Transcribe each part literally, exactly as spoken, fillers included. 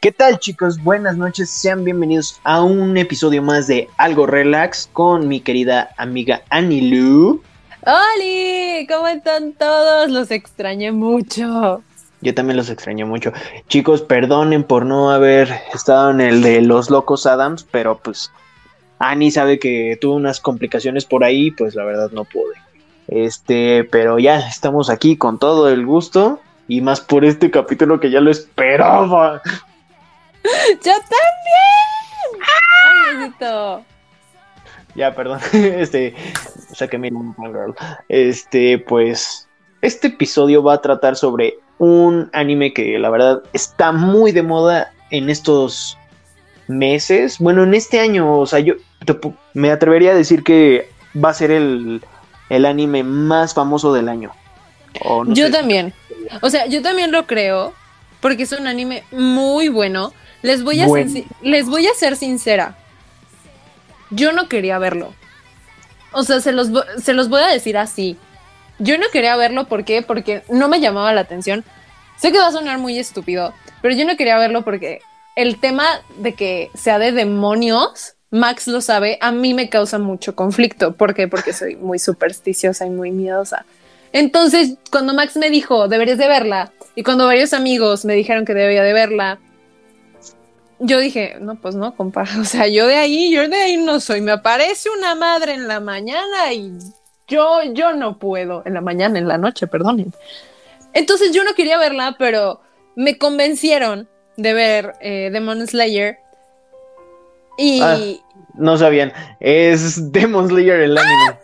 ¿Qué tal, chicos? Buenas noches, sean bienvenidos a un episodio más de Algo Relax con mi querida amiga Anilu. ¡Holi! ¿Cómo están todos? Los extrañé mucho. Yo también los extrañé mucho. Chicos, perdonen por no haber estado en el de Los Locos Adams, pero pues Ani sabe que tuvo unas complicaciones por ahí, pues la verdad no pude. Este, pero ya estamos aquí con todo el gusto y más por este capítulo que ya lo esperaba. ¡Yo también! ¡Ay, Diosito! Ya, perdón, este, o sea que mira, girl. Este, pues, este episodio va a tratar sobre un anime que la verdad está muy de moda en estos meses, bueno, en este año, o sea, yo te, me atrevería a decir que va a ser el, el anime más famoso del año. O no yo sé. también. O sea, yo también lo creo, porque es un anime muy bueno. Les voy a, Bueno. sen- les voy a ser sincera. Yo no quería verlo. O sea, se los, vo- se los voy a decir así. Yo no quería verlo, ¿por qué? Porque no me llamaba la atención. Sé que va a sonar muy estúpido, pero yo no quería verlo porque el tema de que sea de demonios, Max lo sabe, a mí me causa mucho conflicto. ¿Por qué? Porque soy muy supersticiosa y muy miedosa. Entonces, cuando Max me dijo, deberías de verla, y cuando varios amigos me dijeron que debía de verla, yo dije, no, pues no, compa. O sea, yo de ahí, yo de ahí no soy. Me aparece una madre en la mañana y yo, yo no puedo. En la mañana, en la noche, perdonen. Entonces yo no quería verla, pero me convencieron de ver eh, Demon Slayer. Ah, Y no sabían, es Demon Slayer el anime.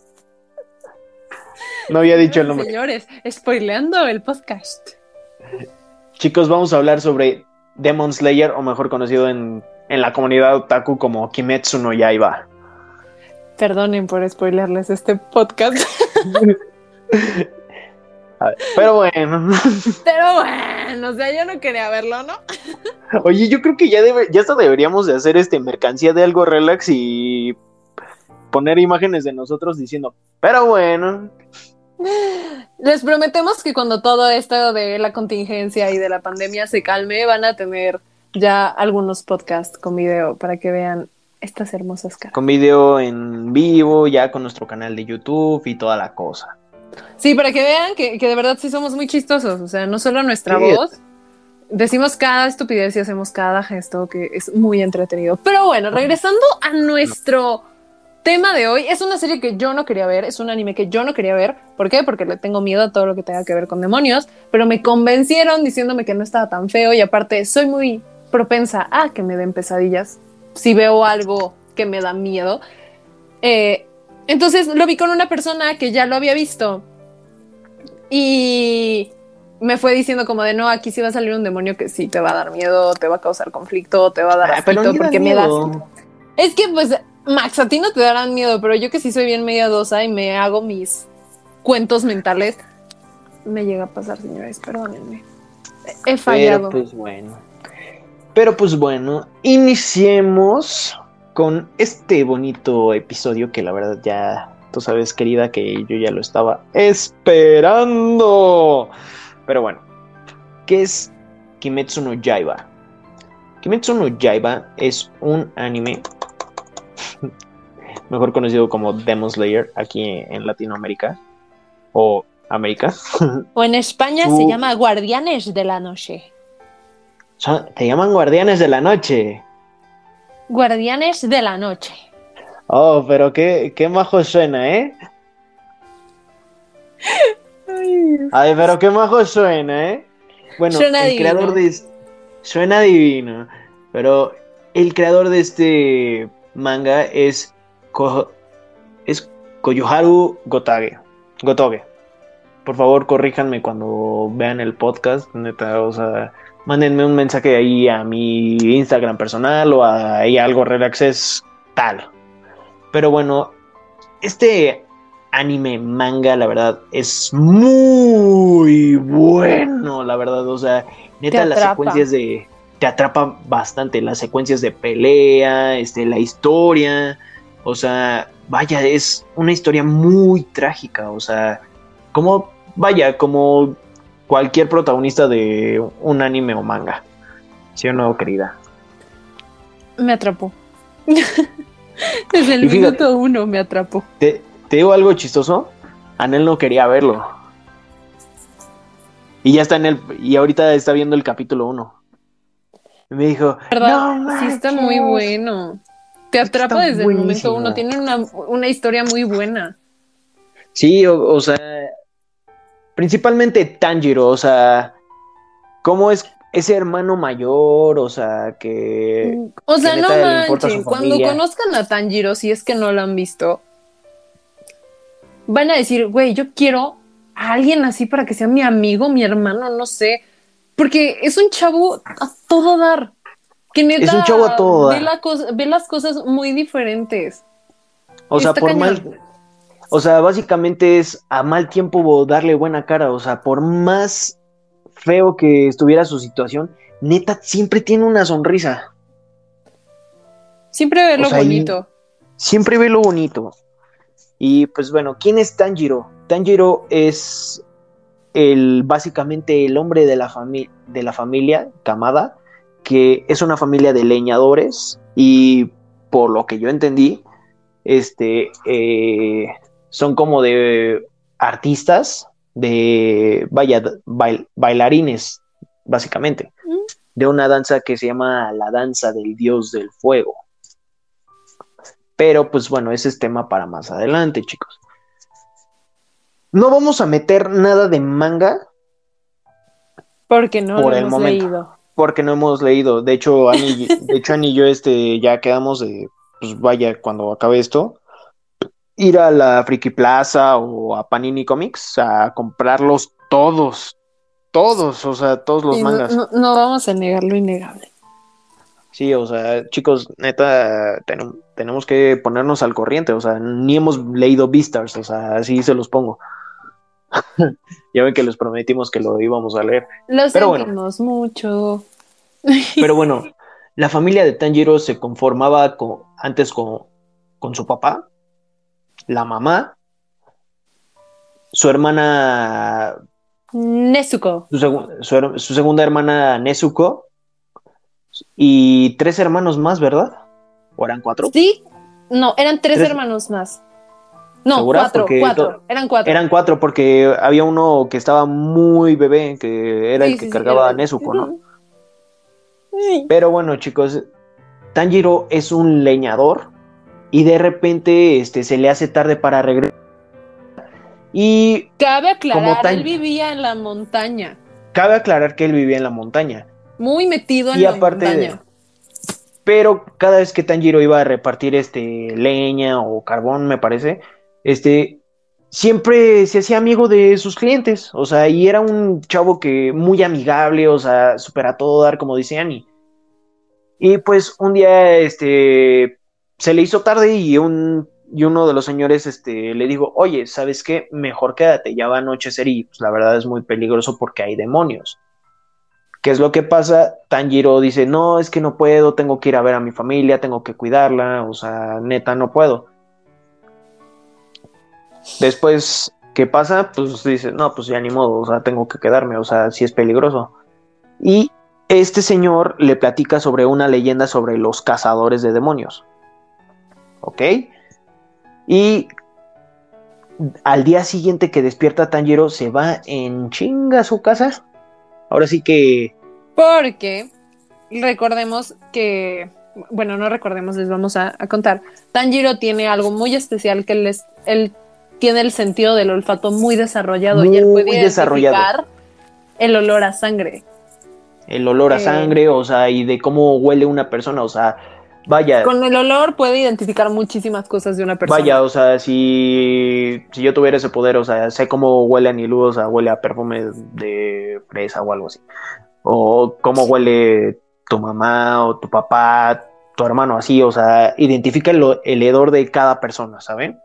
No había dicho el señores, nombre. señores, spoileando el podcast. Chicos, vamos a hablar sobre Demon Slayer, o mejor conocido en, en la comunidad otaku como Kimetsu no Yaiba. Perdonen por spoilerles este podcast. A ver, pero bueno. Pero bueno, o sea, yo no quería verlo, ¿no? Oye, yo creo que ya, debe, ya hasta deberíamos de hacer este mercancía de Algo Relax y poner imágenes de nosotros diciendo, pero bueno. Les prometemos que cuando todo esto de la contingencia y de la pandemia se calme, van a tener ya algunos podcasts con video para que vean estas hermosas caras. Con video en vivo, ya con nuestro canal de YouTube y toda la cosa. Sí, para que vean que, que de verdad sí somos muy chistosos. O sea, no solo nuestra Sí. voz, decimos cada estupidez y hacemos cada gesto que es muy entretenido. Pero bueno, regresando a nuestro tema de hoy, es una serie que yo no quería ver, es un anime que yo no quería ver. ¿Por qué? Porque le tengo miedo a todo lo que tenga que ver con demonios, pero me convencieron diciéndome que no estaba tan feo y aparte soy muy propensa a que me den pesadillas si veo algo que me da miedo. Eh, entonces lo vi con una persona que ya lo había visto y me fue diciendo como de no, aquí sí va a salir un demonio que sí te va a dar miedo, te va a causar conflicto, te va a dar Ah, pero asquito, ni da porque me das. miedo. Es que pues, Max, a ti no te darán miedo, pero yo que sí soy bien mediadosa y me hago mis cuentos mentales, me llega a pasar, señores, perdónenme. He fallado. Pero pues bueno. Pero pues bueno, iniciemos con este bonito episodio que la verdad ya, tú sabes, querida, que yo ya lo estaba esperando. Pero bueno, ¿qué es Kimetsu no Yaiba? Kimetsu no Yaiba es un anime mejor conocido como Demon Slayer aquí en Latinoamérica o América. O en España Su- se llama Guardianes de la Noche. Son- Te llaman Guardianes de la Noche. Guardianes de la Noche. Oh, pero qué, qué majo suena, ¿eh? Ay, pero qué majo suena, ¿eh? Bueno, Suena el divino. creador de... es- Suena divino, pero el creador de este manga es... Ko- es Koyoharu Gotage. Gotoge. Por favor, corríjanme cuando vean el podcast, neta, o sea, mándenme un mensaje ahí a mi Instagram personal o a, ahí a Algo Relax es tal. Pero bueno, este anime manga, la verdad, es muy bueno, la verdad, o sea, neta, las atrapa. secuencias de... Te atrapa bastante, las secuencias de pelea, este, la historia, o sea, vaya, es una historia muy trágica, o sea, como, vaya, como cualquier protagonista de un anime o manga. ¿Sí o no, querida? Me atrapó. Desde el Y fíjate, minuto uno me atrapó. Te, te digo algo chistoso. Anel no quería verlo. Y ya está en el. Y ahorita está viendo el capítulo uno. Y me dijo, ¿Verdad? no Sí manches. está muy bueno. Te Es que atrapa está desde el momento buenísimo. uno. Tiene una, una historia muy buena. Sí, o, o sea, principalmente Tanjiro, o sea, cómo es ese hermano mayor, o sea, que, O que sea, no neta le importa a su manchen. Cuando familia. conozcan a Tanjiro, si es que no lo han visto, van a decir, güey, yo quiero a alguien así para que sea mi amigo, mi hermano, no sé. Porque es un chavo a todo dar. Que Es un chavo a neta todo ve, dar. la cosa, ve las cosas muy diferentes. O sea, Está por cañón. mal, o sea, básicamente es a mal tiempo darle buena cara, o sea, por más feo que estuviera su situación, neta siempre tiene una sonrisa. Siempre ve O lo sea, y bonito. siempre ve lo bonito. Y pues bueno, ¿quién es Tanjiro? Tanjiro es el básicamente el hombre de la, fami- de la familia Kamada, que es una familia de leñadores y por lo que yo entendí, este, eh, son como de artistas, de, vaya, bail- bailarines, básicamente, Mm. de una danza que se llama la danza del dios del fuego. Pero pues bueno, ese es tema para más adelante, chicos. No vamos a meter nada de manga Porque no lo por el hemos momento, leído. porque no hemos leído. De hecho, Ani, de hecho, Ani y yo este, ya quedamos de, pues vaya, cuando acabe esto, ir a la Friki Plaza o a Panini Comics a comprarlos todos, todos, o sea, todos los Sí, no, mangas. no, no vamos a negar lo innegable. Sí, o sea, chicos, neta, ten- tenemos que ponernos al corriente, o sea, ni hemos leído Beastars, o sea, así se los pongo. Ya ven que les prometimos que lo íbamos a leer. Lo Pero bueno, sentimos mucho. pero bueno, la familia de Tanjiro se conformaba con, antes con, con su papá, la mamá, su hermana, Nezuko. su, segu- su her- su segunda hermana Nezuko y tres hermanos más, ¿verdad? ¿O eran cuatro? Sí, no, eran tres ¿Tres? hermanos más. No, ¿Segura? cuatro, Porque to- cuatro, eran cuatro. eran cuatro porque había uno que estaba muy bebé, que era el Sí, que sí, sí. Era... cargaba a Nezuko, ¿no? Ay. Pero bueno, chicos, Tanjiro es un leñador y de repente este, se le hace tarde para regresar. Y Cabe como aclarar, él tan, vivía en la montaña, cabe aclarar que él vivía en la montaña. muy metido en Y la aparte, de, montaña. pero cada vez que Tanjiro iba a repartir este leña o carbón, me parece, este siempre se hacía amigo de sus clientes, o sea, y era un chavo que muy amigable, o sea, súper a todo dar, como dice Annie. Y pues un día, este, se le hizo tarde y un y uno de los señores, este, le dijo, oye, ¿sabes qué? Mejor quédate, ya va a anochecer y pues, la verdad es muy peligroso porque hay demonios. ¿Qué es lo que pasa? Tanjiro dice, no, es que no puedo, tengo que ir a ver a mi familia, tengo que cuidarla, o sea, neta, no puedo. Después, ¿qué pasa? Pues dice, no, pues ya ni modo, o sea, tengo que quedarme, o sea, sí es peligroso. Y este señor le platica sobre una leyenda sobre los cazadores de demonios, ¿ok? Y al día siguiente que despierta Tanjiro, se va en chinga a su casa. Ahora sí que... Porque recordemos que, bueno, no recordemos, les vamos a, a contar. Tanjiro tiene algo muy especial que él, es, él tiene el sentido del olfato muy desarrollado y él puede Muy desarrollado. identificar el olor a sangre. El olor a Eh, sangre, o sea, y de cómo huele una persona, o sea, vaya, con el olor puede identificar muchísimas cosas de una vaya, persona. o sea, si, si yo tuviera ese poder, o sea, sé cómo huele a Nilú, o sea, huele a perfume de fresa o algo así. O cómo huele tu mamá o tu papá, tu hermano, así, o sea, identifica el, el hedor de cada persona, ¿saben?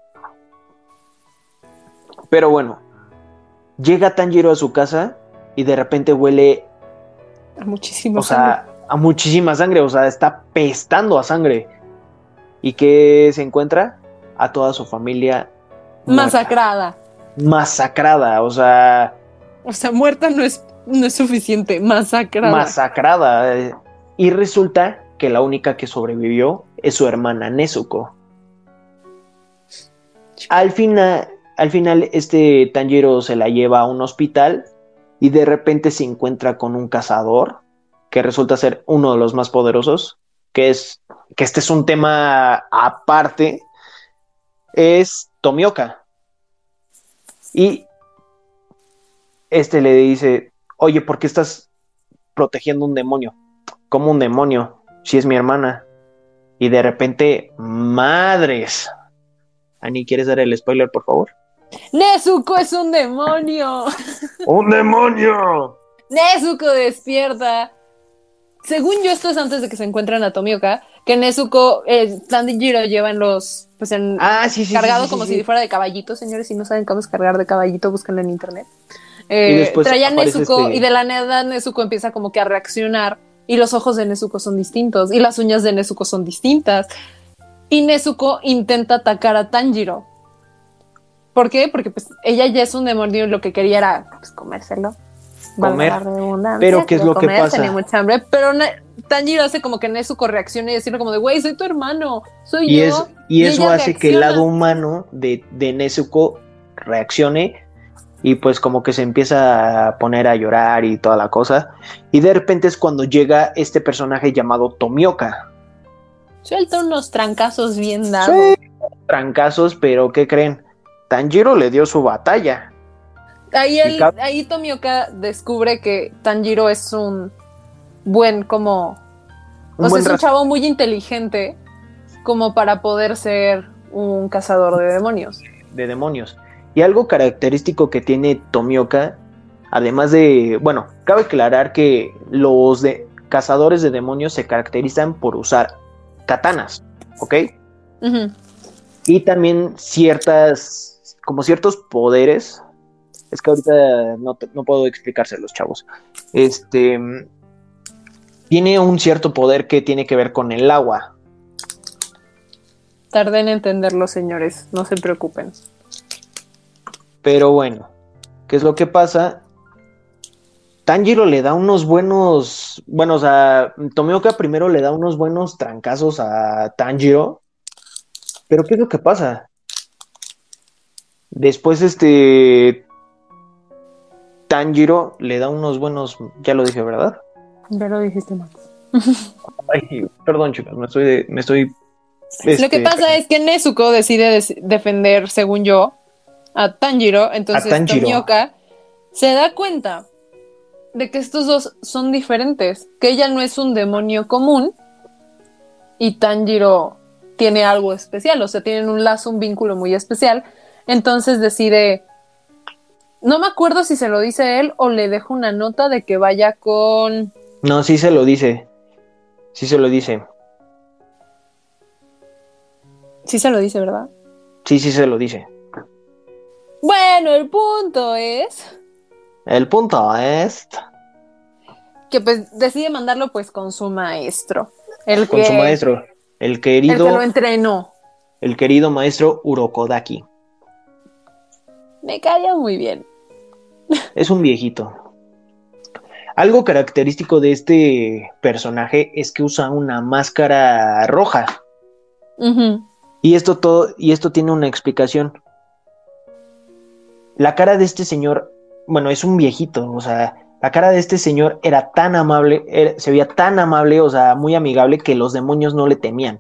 Pero bueno, llega Tanjiro a su casa y de repente huele, A muchísima o sangre. sea, a muchísima sangre, o sea, está pestando a sangre. ¿Y qué se encuentra? A toda su familia muerta, Masacrada. masacrada, o sea, O sea, muerta no es, no es suficiente, masacrada. masacrada. Y resulta que la única que sobrevivió es su hermana Nezuko. Al final, al final este Tanjiro se la lleva a un hospital y de repente se encuentra con un cazador que resulta ser uno de los más poderosos, que es que este es un tema aparte, es Tomioka. Y este le dice, oye, ¿por qué estás protegiendo un demonio? ¿Cómo un demonio? Si es mi hermana. Y de repente, madres. Ani, ¿quieres dar el spoiler, por favor? ¡Nezuko es un demonio! ¡Un demonio! ¡Nezuko despierta! Según yo, esto es antes de que se encuentren a Tomioka, que Nezuko, eh, Tanjiro lleva en los, pues en, ah, sí, sí, cargado sí, sí, como sí, si sí. fuera de caballito, señores, si no saben cómo es cargar de caballito, búsquenlo en internet. Eh, Y después traía aparece Nezuko este- y de la nada Nezuko empieza como que a reaccionar y los ojos de Nezuko son distintos y las uñas de Nezuko son distintas y Nezuko intenta atacar a Tanjiro. ¿Por qué? Porque pues ella ya es un demonio y lo que quería era pues, comérselo. Comer. Valga la redundancia, Pero ¿qué es lo que comer, pasa? tenía mucha hambre, pero ne- Tanjiro hace como que Nezuko reaccione y decirle como de, güey, soy tu hermano, soy Y, yo. es, y eso ella hace que el reacciona. lado humano de, de Nezuko reaccione y pues como que se empieza a poner a llorar y toda la cosa. Y de repente es cuando llega este personaje llamado Tomioka. Suelta unos trancazos bien dados. Sí, trancazos, pero ¿qué creen? Tanjiro le dio su batalla. Ahí, Y él, cab- ahí Tomioka descubre que Tanjiro es un buen como... Un o sea, buen es un raz- chavo muy inteligente como para poder ser un cazador de demonios. de demonios. Y algo característico que tiene Tomioka, además de, bueno, cabe aclarar que los de cazadores de demonios se caracterizan por usar katanas, ¿ok? Uh-huh. Y también ciertas, como ciertos poderes, es que ahorita no, te- no puedo explicárselos, chavos. Este, tiene un cierto poder que tiene que ver con el agua. Tardé en entenderlo, señores, no se preocupen. Pero bueno, ¿qué es lo que pasa? Tanjiro le da unos buenos, bueno, o sea, Tomioka primero le da unos buenos trancazos a Tanjiro, pero ¿qué es lo que pasa? Después este Tanjiro le da unos buenos, ya lo dije, ¿verdad? Ya lo dijiste, Max. Ay, perdón, chicos, me estoy, de- me estoy. Lo que este, pasa es que Nezuko decide des- defender, según yo, a Tanjiro. Entonces A Tanjiro. Tomioka se da cuenta de que estos dos son diferentes, que ella no es un demonio común y Tanjiro tiene algo especial, o sea, tienen un lazo, un vínculo muy especial. Entonces decide, no me acuerdo si se lo dice él o le dejo una nota de que vaya con... No, sí se lo dice. Sí se lo dice. Sí se lo dice, ¿verdad? Sí, sí se lo dice. Bueno, el punto es El punto es que pues decide mandarlo pues con su maestro, el con que, su maestro, el el querido, que lo entrenó. el querido maestro Urokodaki. Me caía muy bien. Es un viejito. Algo característico de este personaje es que usa una máscara roja. Uh-huh. Y esto todo, y esto tiene una explicación. La cara de este señor, bueno, es un viejito, o sea, la cara de este señor era tan amable, era- se veía tan amable, o sea, muy amigable que los demonios no le temían.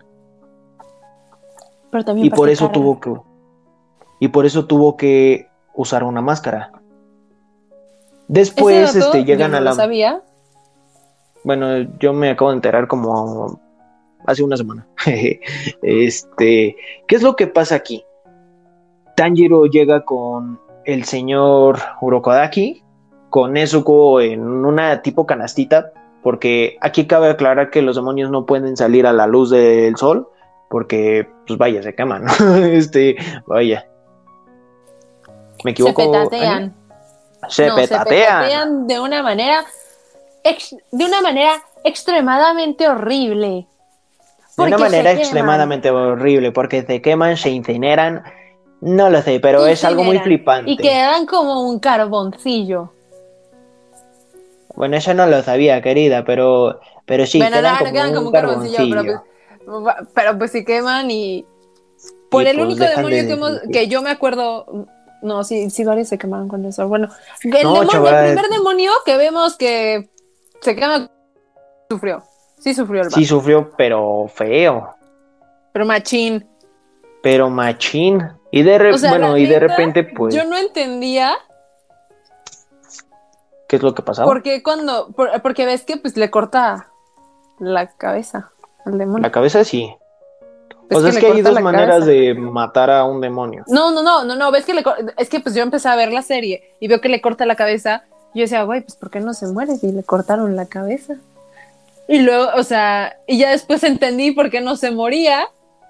Pero también Y por parte eso cara. tuvo que, y por eso tuvo que usar una máscara. Después, Ese dato este, llegan yo no a lo la, sabía. bueno, yo me acabo de enterar como hace una semana. Este, ¿qué es lo que pasa aquí? Tanjiro llega con el señor Urokodaki, con Nezuko en una tipo canastita, porque aquí cabe aclarar que los demonios no pueden salir a la luz del sol, porque, pues vaya, se queman, ¿no? Este, vaya. ¿Me equivoco? Se petatean. Ani? Se no, petatean. se petatean de una manera ex- de una manera extremadamente horrible. De Porque una manera se queman. extremadamente horrible, porque se queman, se incineran, no lo sé, pero es algo muy Incineran flipante. Y quedan como un carboncillo. Bueno, yo no lo sabía, querida, pero, pero sí, Bueno, quedan no, no como quedan como un un carboncillo, pero carboncillo. pues, pero pues sí queman y Y por el pues único dejan demonio que, de hemos, existir. que yo me acuerdo, no, sí, sí, varios se quemaron con eso. Bueno, el No, demonio, el chaval, primer demonio que vemos que se quema, sufrió, sí sufrió el sí vato, sufrió, pero feo, pero machín. pero machín. Y de re- O sea, la bueno, y de neta, repente, yo pues, no entendía ¿qué es lo que pasaba? por qué cuando, por- porque ves que pues le corta la cabeza al La demonio. cabeza sí. O Ves sea, que es le que hay corta dos la maneras cabeza. de matar a un demonio. No, no, no, no, no, ves que le cor- es que pues yo empecé a ver la serie y veo que le corta la cabeza. Y yo decía, güey, pues ¿por qué no se muere si le cortaron la cabeza? Y luego, o sea, y ya después entendí por qué no se moría.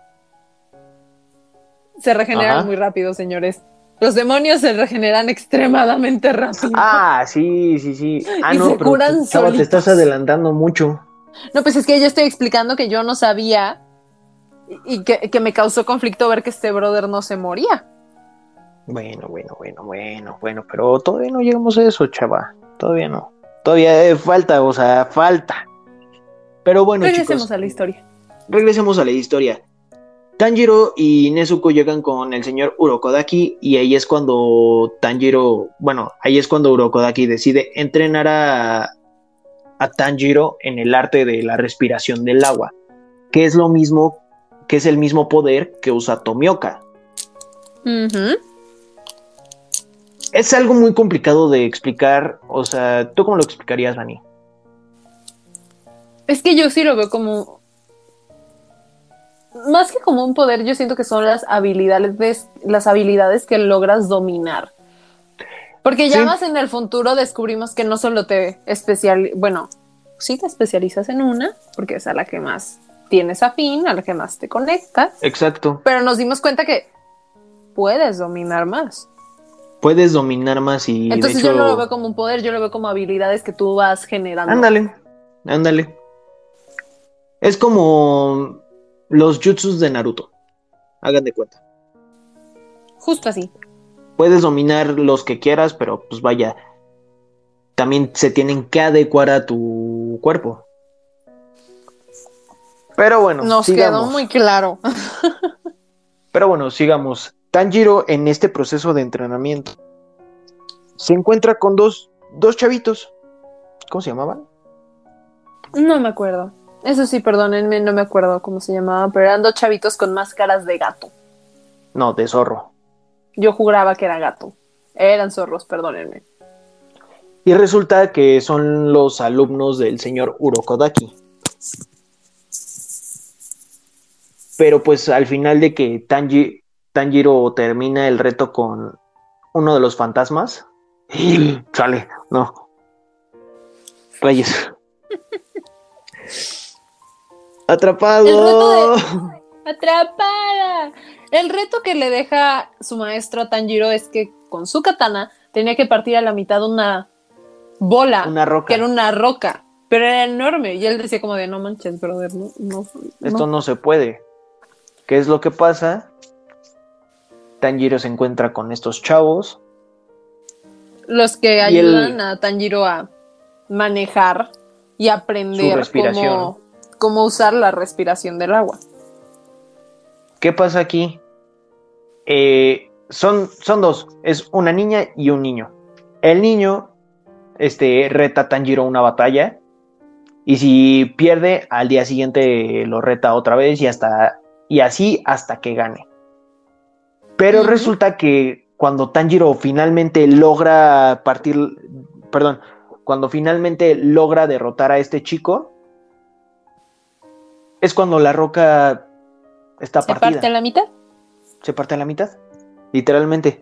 Se regeneran muy Ajá. rápido, señores. Los demonios se regeneran extremadamente rápido Ah, sí, sí, sí. Ah, y no, se pero tú, curan chava, te estás solitos. adelantando mucho. No, pues es que yo estoy explicando que yo no sabía y, y que, que me causó conflicto ver que este brother no se moría. Bueno, bueno, bueno, bueno, bueno, pero todavía no llegamos a eso, chava. Todavía no. Todavía eh, falta, o sea, falta. Pero bueno, Regresemos chicos, a la historia. regresemos a la historia. Tanjiro y Nezuko llegan con el señor Urokodaki y ahí es cuando Tanjiro, bueno, ahí es cuando Urokodaki decide entrenar a, a Tanjiro en el arte de la respiración del agua, que es lo mismo, que es el mismo poder que usa Tomioka. Uh-huh. Es algo muy complicado de explicar, o sea, ¿tú cómo lo explicarías, Dani? Es que yo sí lo veo como más que como un poder, yo siento que son las habilidades, las habilidades que logras dominar. Porque ya Sí, más en el futuro descubrimos que no solo te especial, bueno, sí te especializas en una, porque es a la que más tienes afín, a la que más te conectas, exacto. pero nos dimos cuenta que puedes dominar más. Puedes dominar más y de Entonces yo no lo veo hecho, como un poder, yo lo veo como habilidades que tú vas generando. ándale, ándale. Es como los jutsus de Naruto, hagan de cuenta. Justo así. Puedes dominar los que quieras, pero pues vaya, también se tienen que adecuar a tu cuerpo. Pero bueno, Nos quedó muy sigamos. claro. Pero bueno, sigamos. Tanjiro en este proceso de entrenamiento se encuentra con dos, dos chavitos. ¿Cómo se llamaban? No me acuerdo. Eso sí, perdónenme, no me acuerdo cómo se llamaban, pero eran dos chavitos con máscaras de gato. No, de zorro. Yo juraba que era gato. Eran zorros, perdónenme. Y resulta que son los alumnos del señor Urokodaki. Pero pues al final de que Tanji, Tanjiro termina el reto con uno de los fantasmas, sale, no, reyes. El reto Atrapado. de atrapada. El reto que le deja su maestro a Tanjiro es que con su katana tenía que partir a la mitad una bola, Una que era roca. una roca, pero era enorme. Y él decía como de, no manches, brother, no, no, Esto no. no se puede. ¿Qué es lo que pasa? Tanjiro se encuentra con estos chavos. Los que Y ayudan él, a Tanjiro a manejar y su aprender respiración. cómo, cómo usar la respiración del agua. ¿Qué pasa aquí? Eh, son, son dos. Es una niña y un niño. El niño este, reta a Tanjiro a una batalla. Y si pierde, al día siguiente lo reta otra vez y hasta y así hasta que gane. Pero Uh-huh. resulta que cuando Tanjiro finalmente logra partir, perdón, cuando finalmente logra derrotar a este chico, es cuando la roca está ¿Se parte a partida. la mitad? Se parte a la mitad, literalmente.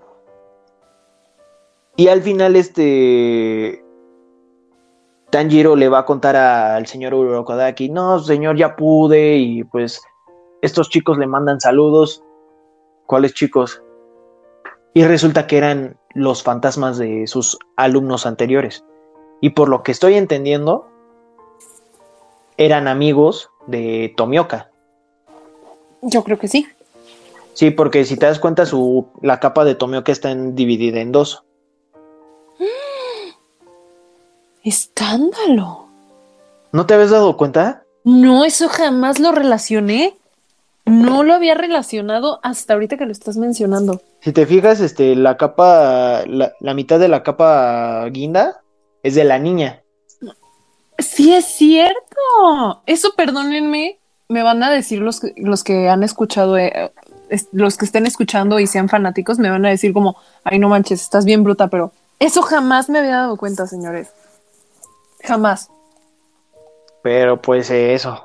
Y al final este Tanjiro le va a contar al señor Urokodaki, no, señor, ya pude, y pues estos chicos le mandan saludos. ¿Cuáles chicos? Y resulta que eran los fantasmas de sus alumnos anteriores. Y por lo que estoy entendiendo, eran amigos de Tomioka. Yo creo que sí. Sí, porque si te das cuenta, su, la capa de Tomioka está en, dividida en dos. ¡Escándalo! ¿No te habías dado cuenta? No, eso jamás lo relacioné. No lo había relacionado hasta ahorita que lo estás mencionando. Si te fijas, este, la capa, la, la mitad de la capa guinda es de la niña. Sí, es cierto. Eso, perdónenme, me van a decir los, que- los que han escuchado, eh, es- los que estén escuchando y sean fanáticos, me van a decir como, ay, no manches, estás bien bruta, pero eso jamás me había dado cuenta, señores. Jamás. Pero pues eh, eso.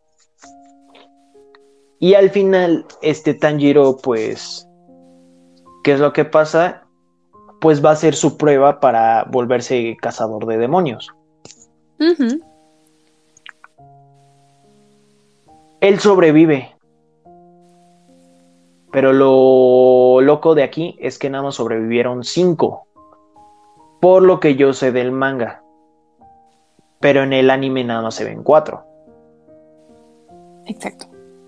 Y al final, este Tanjiro, pues, ¿qué es lo que pasa? Pues va a ser su prueba para volverse cazador de demonios. Ujú. Él sobrevive, pero lo loco de aquí es que nada más sobrevivieron cinco, por lo que yo sé del manga. Pero en el anime nada más se ven cuatro. Exacto.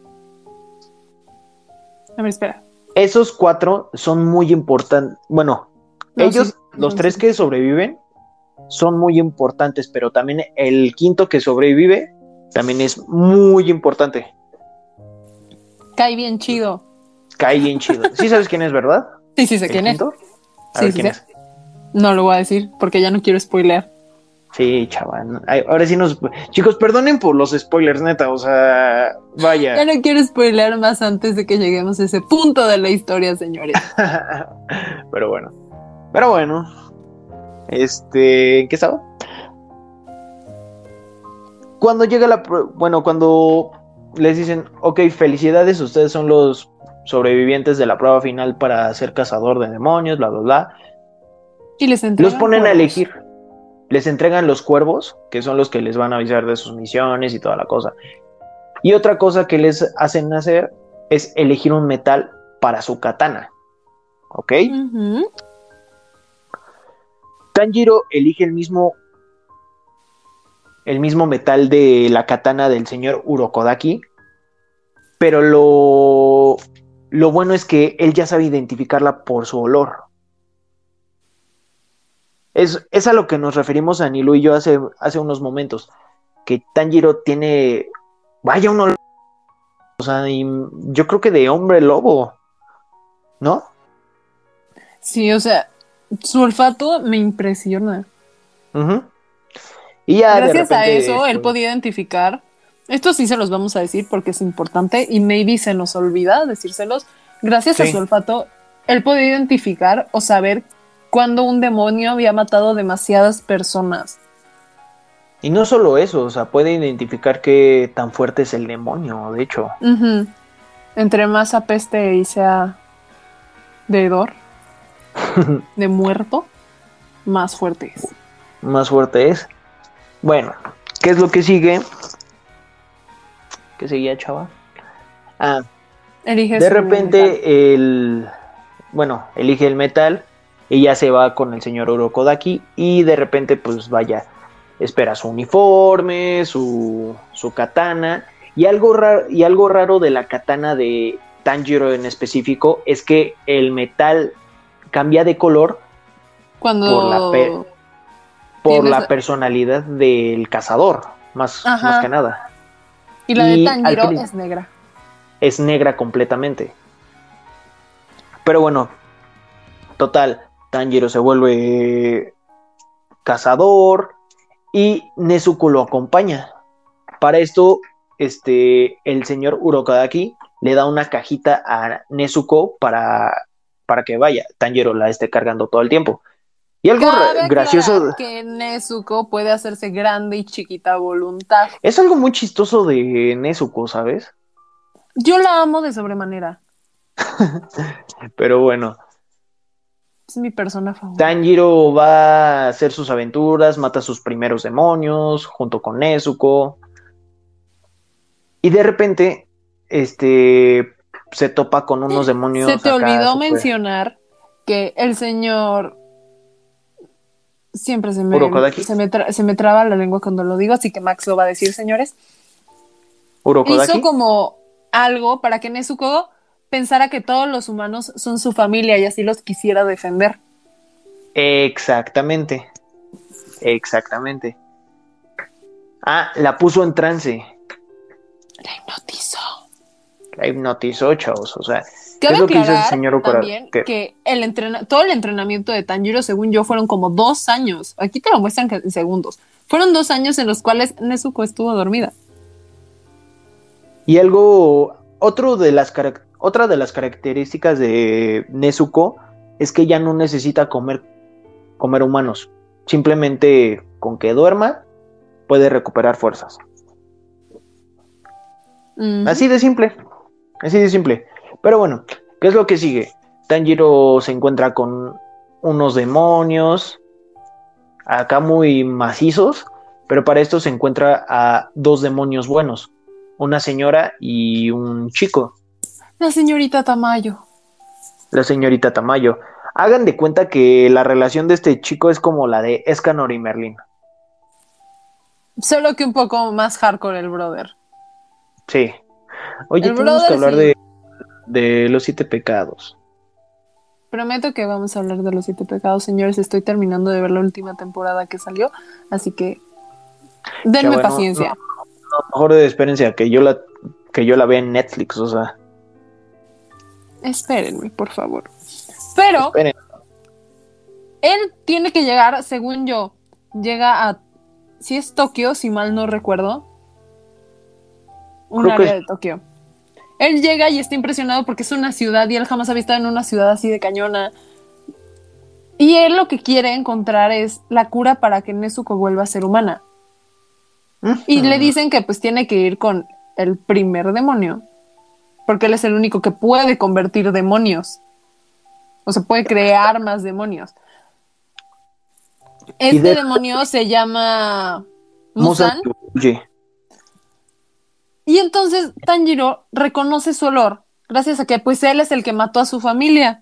A ver, espera. Esos cuatro son muy importantes. Bueno, No, sí, ellos, sí, los son tres cinco. que sobreviven, son muy importantes, pero también el quinto que sobrevive también es muy importante. Cae bien chido. Cae bien chido. ¿Sí sabes quién es, verdad? Sí, sí sé ¿El quién es. quinto? A Sí, ver sí quién sé. es. No lo voy a decir porque ya no quiero spoilear. Sí, chaval. Ay, ahora sí nos... Chicos, perdonen por los spoilers, neta. O sea, Ya vaya. no quiero spoilear más antes de que lleguemos a ese punto de la historia, señores. Pero bueno. Pero bueno. Este... ¿En qué estaba? Cuando llega la... pru- Bueno, cuando les dicen, ok, felicidades, ustedes son los sobrevivientes de la prueba final para ser cazador de demonios, bla, bla, bla. Y les Los entregan ponen a cuervos. elegir. Les entregan los cuervos, que son los que les van a avisar de sus misiones y toda la cosa. Y otra cosa que les hacen hacer es elegir un metal para su katana. ¿Ok? Ujú. Tanjiro elige el mismo, el mismo metal de la katana del señor Urokodaki, pero lo, lo bueno es que él ya sabe identificarla por su olor. Es, es a lo que nos referimos a Nilu y yo hace, hace unos momentos, que Tanjiro tiene, vaya un olor, o sea, y yo creo que de hombre lobo, ¿no? Sí, o sea, su olfato me impresiona. Uh-huh. Y ya de Gracias a repente, eso, él pues, podía identificar. Esto sí se los vamos a decir porque es importante y maybe se nos olvida decírselos. Gracias a su sí. olfato, él podía identificar o saber cuándo un demonio había matado demasiadas personas. Y no solo eso, o sea, puede identificar qué tan fuerte es el demonio, de hecho. Ujú. Entre más apeste y sea de hedor, de muerto, más fuerte es. Más fuerte es. Bueno, ¿qué es lo que sigue? ¿Qué seguía, chava? Ah, Elige de su metal. repente el... Bueno, elige el metal y ya se va con el señor Urokodaki y de repente pues vaya, espera su uniforme, su, su katana y algo, raro, y algo raro de la katana de Tanjiro en específico es que el metal cambia de color por la, pe Cuando por tienes... la personalidad del cazador, más, más que Ajá. nada. Y la de Y al Tanjiro fin es negra. es negra completamente. Pero bueno, total, Tanjiro se vuelve cazador y Nezuko lo acompaña. Para esto, este, el señor Urokodaki le da una cajita a Nezuko para, para que vaya, Tanjiro la esté cargando todo el tiempo. Y algo Cabe aclarar gracioso, que Nezuko puede hacerse grande y chiquita a voluntad. es algo muy chistoso de Nezuko, ¿sabes? Yo la amo de sobremanera. Pero bueno, Es mi persona favorita. Tanjiro va a hacer sus aventuras, mata a sus primeros demonios junto con Nezuko. Y de repente, este, se topa con unos Se demonios te acá olvidó súper... mencionar que el señor siempre se me, Urokodaki. se me, tra- se me traba la lengua cuando lo digo, así que Max lo va a decir, señores. Hizo Urokodaki. como algo para que Nezuko pensara que todos los humanos son su familia y así los quisiera defender. Exactamente. Exactamente. Ah, la puso en trance. La hipnotizó. La hipnotizó, chavos. O sea, ¿qué Cabe es lo que hizo el aclarar señor Okura? también ¿Qué? que el entrena todo el entrenamiento de Tanjiro, según yo, fueron como dos años. Aquí te lo muestran en segundos. Fueron dos años en los cuales Nezuko estuvo dormida. Y algo, otro de las carac- otra de las características de Nezuko es que ella no necesita comer, comer humanos. Simplemente con que duerma puede recuperar fuerzas. Uh-huh. Así de simple. Así de simple. Pero bueno, ¿qué es lo que sigue? Tanjiro se encuentra con unos demonios, acá muy macizos, pero para esto se encuentra a dos demonios buenos, una señora y un chico, La señorita Tamayo. la señorita Tamayo. Hagan de cuenta que la relación de este chico es como la de Escanor y Merlin. Solo que un poco más hardcore el brother. Sí. Oye, El tenemos que brother, hablar sí. de, de los siete pecados. Prometo que vamos a hablar de los siete pecados, señores. Estoy terminando de ver la última temporada que salió, así que denme Ya, bueno, paciencia. no, no, mejor espérense a que yo la que yo la vea en Netflix, o sea. Espérenme, por favor. Pero Esperen. él tiene que llegar, según yo, llega a, si es Tokio, si mal no recuerdo, un Creo que área es- de Tokio. Él llega y está impresionado porque es una ciudad y él jamás había estado en una ciudad así de cañona. Y él lo que quiere encontrar es la cura para que Nezuko vuelva a ser humana. Y le dicen que pues tiene que ir con el primer demonio, porque él es el único que puede convertir demonios. O sea, puede crear más demonios. Y Este de- demonio se llama Musan Musan. Yuji. Y entonces Tanjiro reconoce su olor gracias a que pues él es el que mató a su familia.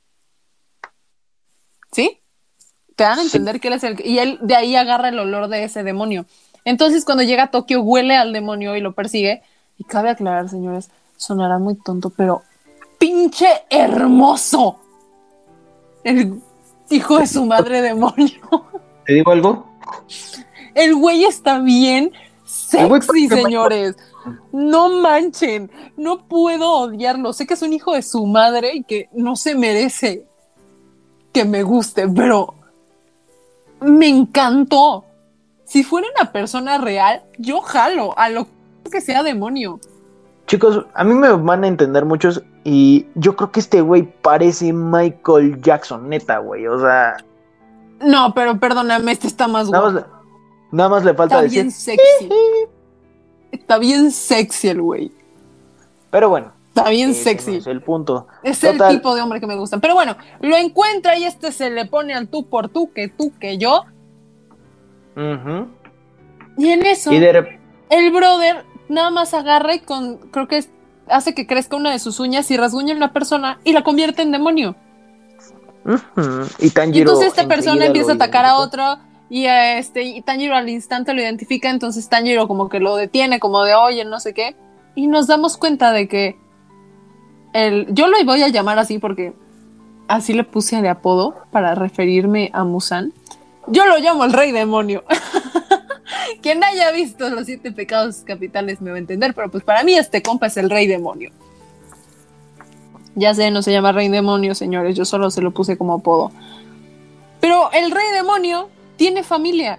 ¿Sí? Te dan a Sí. entender que él es el que... Y él de ahí agarra el olor de ese demonio. Entonces cuando llega a Tokio huele al demonio y lo persigue. Y cabe aclarar, señores, sonará muy tonto, pero ¡pinche hermoso! El hijo de su madre demonio. ¿Te digo algo? El güey está bien El güey sexy, parece señores. No manchen. No puedo odiarlo. Sé que es un hijo de su madre y que no se merece que me guste, pero me encantó. Si fuera una persona real, yo jalo a lo que sea demonio. Chicos, a mí me van a entender muchos y yo creo que este güey parece Michael Jackson, neta, güey. O sea, No, pero perdóname, este está más nada guapo. más, nada más le falta Está decir. bien sexy. Está bien sexy el güey. Pero bueno, Está bien ese sexy. no es el punto. Es Total. el tipo de hombre que me gusta. Pero bueno, lo encuentra y este se le pone al tú por tú, que tú, que yo. Ujú. Y en eso, Y de rep- el brother nada más agarra y con, creo que es- hace que crezca una de sus uñas y rasguña a una persona y la convierte en demonio. ujú. Y Tanjiro Y entonces esta persona enseguida empieza a lo atacar a identificó. otro y, a este, y Tanjiro al instante lo identifica, entonces Tanjiro como que lo detiene, como de oye, no sé qué. Y nos damos cuenta de que el, yo lo voy a llamar así porque así le puse de apodo para referirme a Musan. Yo lo llamo el rey demonio. Quien haya visto los siete pecados capitales me va a entender, pero pues para mí este compa es el rey demonio. Ya sé, no se llama rey demonio, señores, yo solo se lo puse como apodo. Pero el rey demonio tiene familia.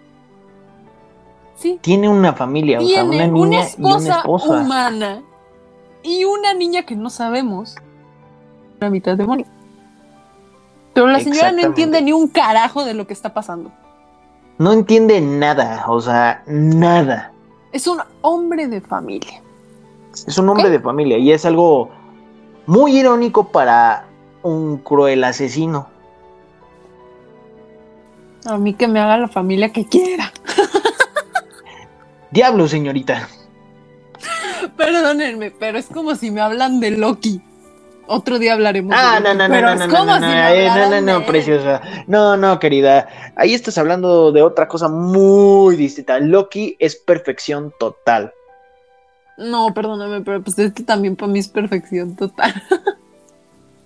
Sí, Tiene una familia, o sea, tiene una una niña y una esposa esposa. humana y una niña que no sabemos. La mitad demonio. Pero la señora no Exactamente. entiende ni un carajo de lo que está pasando. No entiende nada, o sea, nada. Es un hombre de familia. Es un hombre ¿Ok? de familia y es algo muy irónico para un cruel asesino. A mí que me haga la familia que quiera. Diablo, señorita. Perdónenme, pero es como si me hablan de Loki. Otro día hablaremos Ah, de no, Loki. no, no, pero no, es no, no, como no, si no, me eh, no, hablaran no, de no, él. preciosa. No, no, querida. Ahí estás hablando de otra cosa muy distinta. Loki es perfección total. No, perdóname, pero pues es que también para mí es perfección total.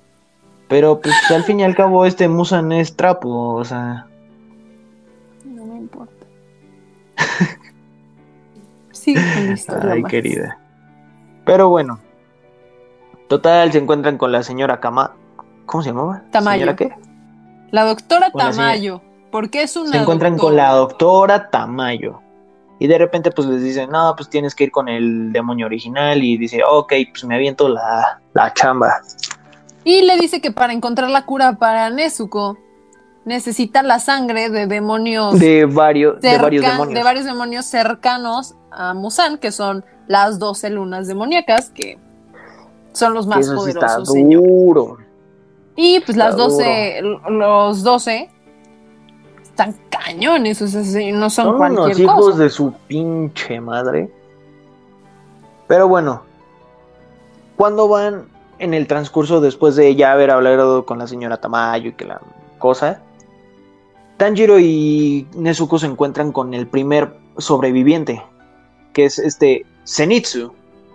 Pero pues al fin y al cabo este Musan es trapo, o sea. No importa. Sí, con la historia. Ay, más. querida. Pero bueno. Total, se encuentran con la señora Kama. ¿Cómo se llamaba? Tamayo. ¿Señora qué? La doctora Con la Tamayo. ¿Por qué es una Se encuentran con doctora? la doctora Tamayo. Y de repente pues les dicen, no, pues tienes que ir con el demonio original. Y dice, ok, pues me aviento la, la chamba. Y le dice que para encontrar la cura para Nezuko necesita la sangre de demonios De varios, de varios cerca- demonios. de varios demonios cercanos a Musan, que son las doce lunas demoníacas, que son los Que más eso sí está poderosos, señor. duro. Y pues Está las doce, los doce están cañones, o sea, no son, Son cualquier unos hijos cosa. de su pinche madre. Pero bueno, cuando van en el transcurso después de ya haber hablado con la señora Tamayo y que la cosa, Tanjiro y Nezuko se encuentran con el primer sobreviviente, que es este Zenitsu.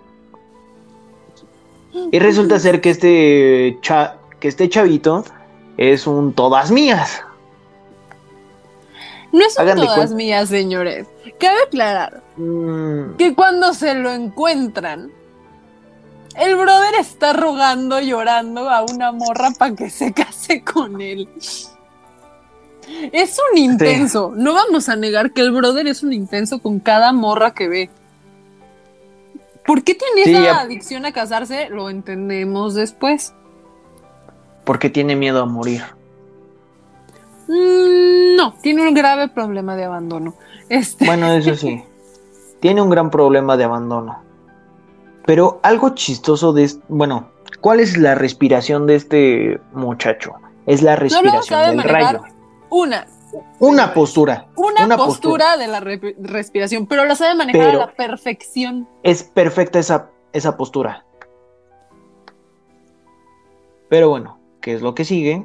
Y resulta ser que este, cha- que este chavito es un todas mías. No son Hagan de todas cuenta. mías, señores. Cabe aclarar Mm, que cuando se lo encuentran, el brother está rogando, llorando a una morra para que se case con él. Es un intenso. No vamos a negar que el brother es un intenso con cada morra que ve. ¿Por qué tiene Sí, esa ya- adicción a casarse? Lo entendemos después. porque tiene miedo a morir. Mm, no, tiene un grave problema de abandono. Este, Bueno, eso sí. Tiene un gran problema de abandono. Pero algo chistoso de este... Bueno, ¿cuál es la respiración de este muchacho? Es la solo respiración sabe del manejar rayo. una, Una postura. una, Una postura, de la re- respiración, pero la sabe manejar Pero- a la perfección. Es perfecta esa, esa postura. Pero bueno, ¿qué es lo que sigue?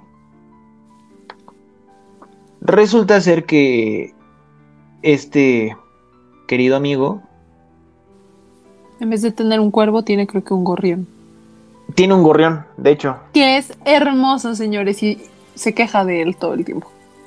Resulta ser que este querido amigo En vez de tener un cuervo, tiene creo que un gorrión. tiene un gorrión, de hecho. Que es hermoso, señores, y se queja de él todo el tiempo.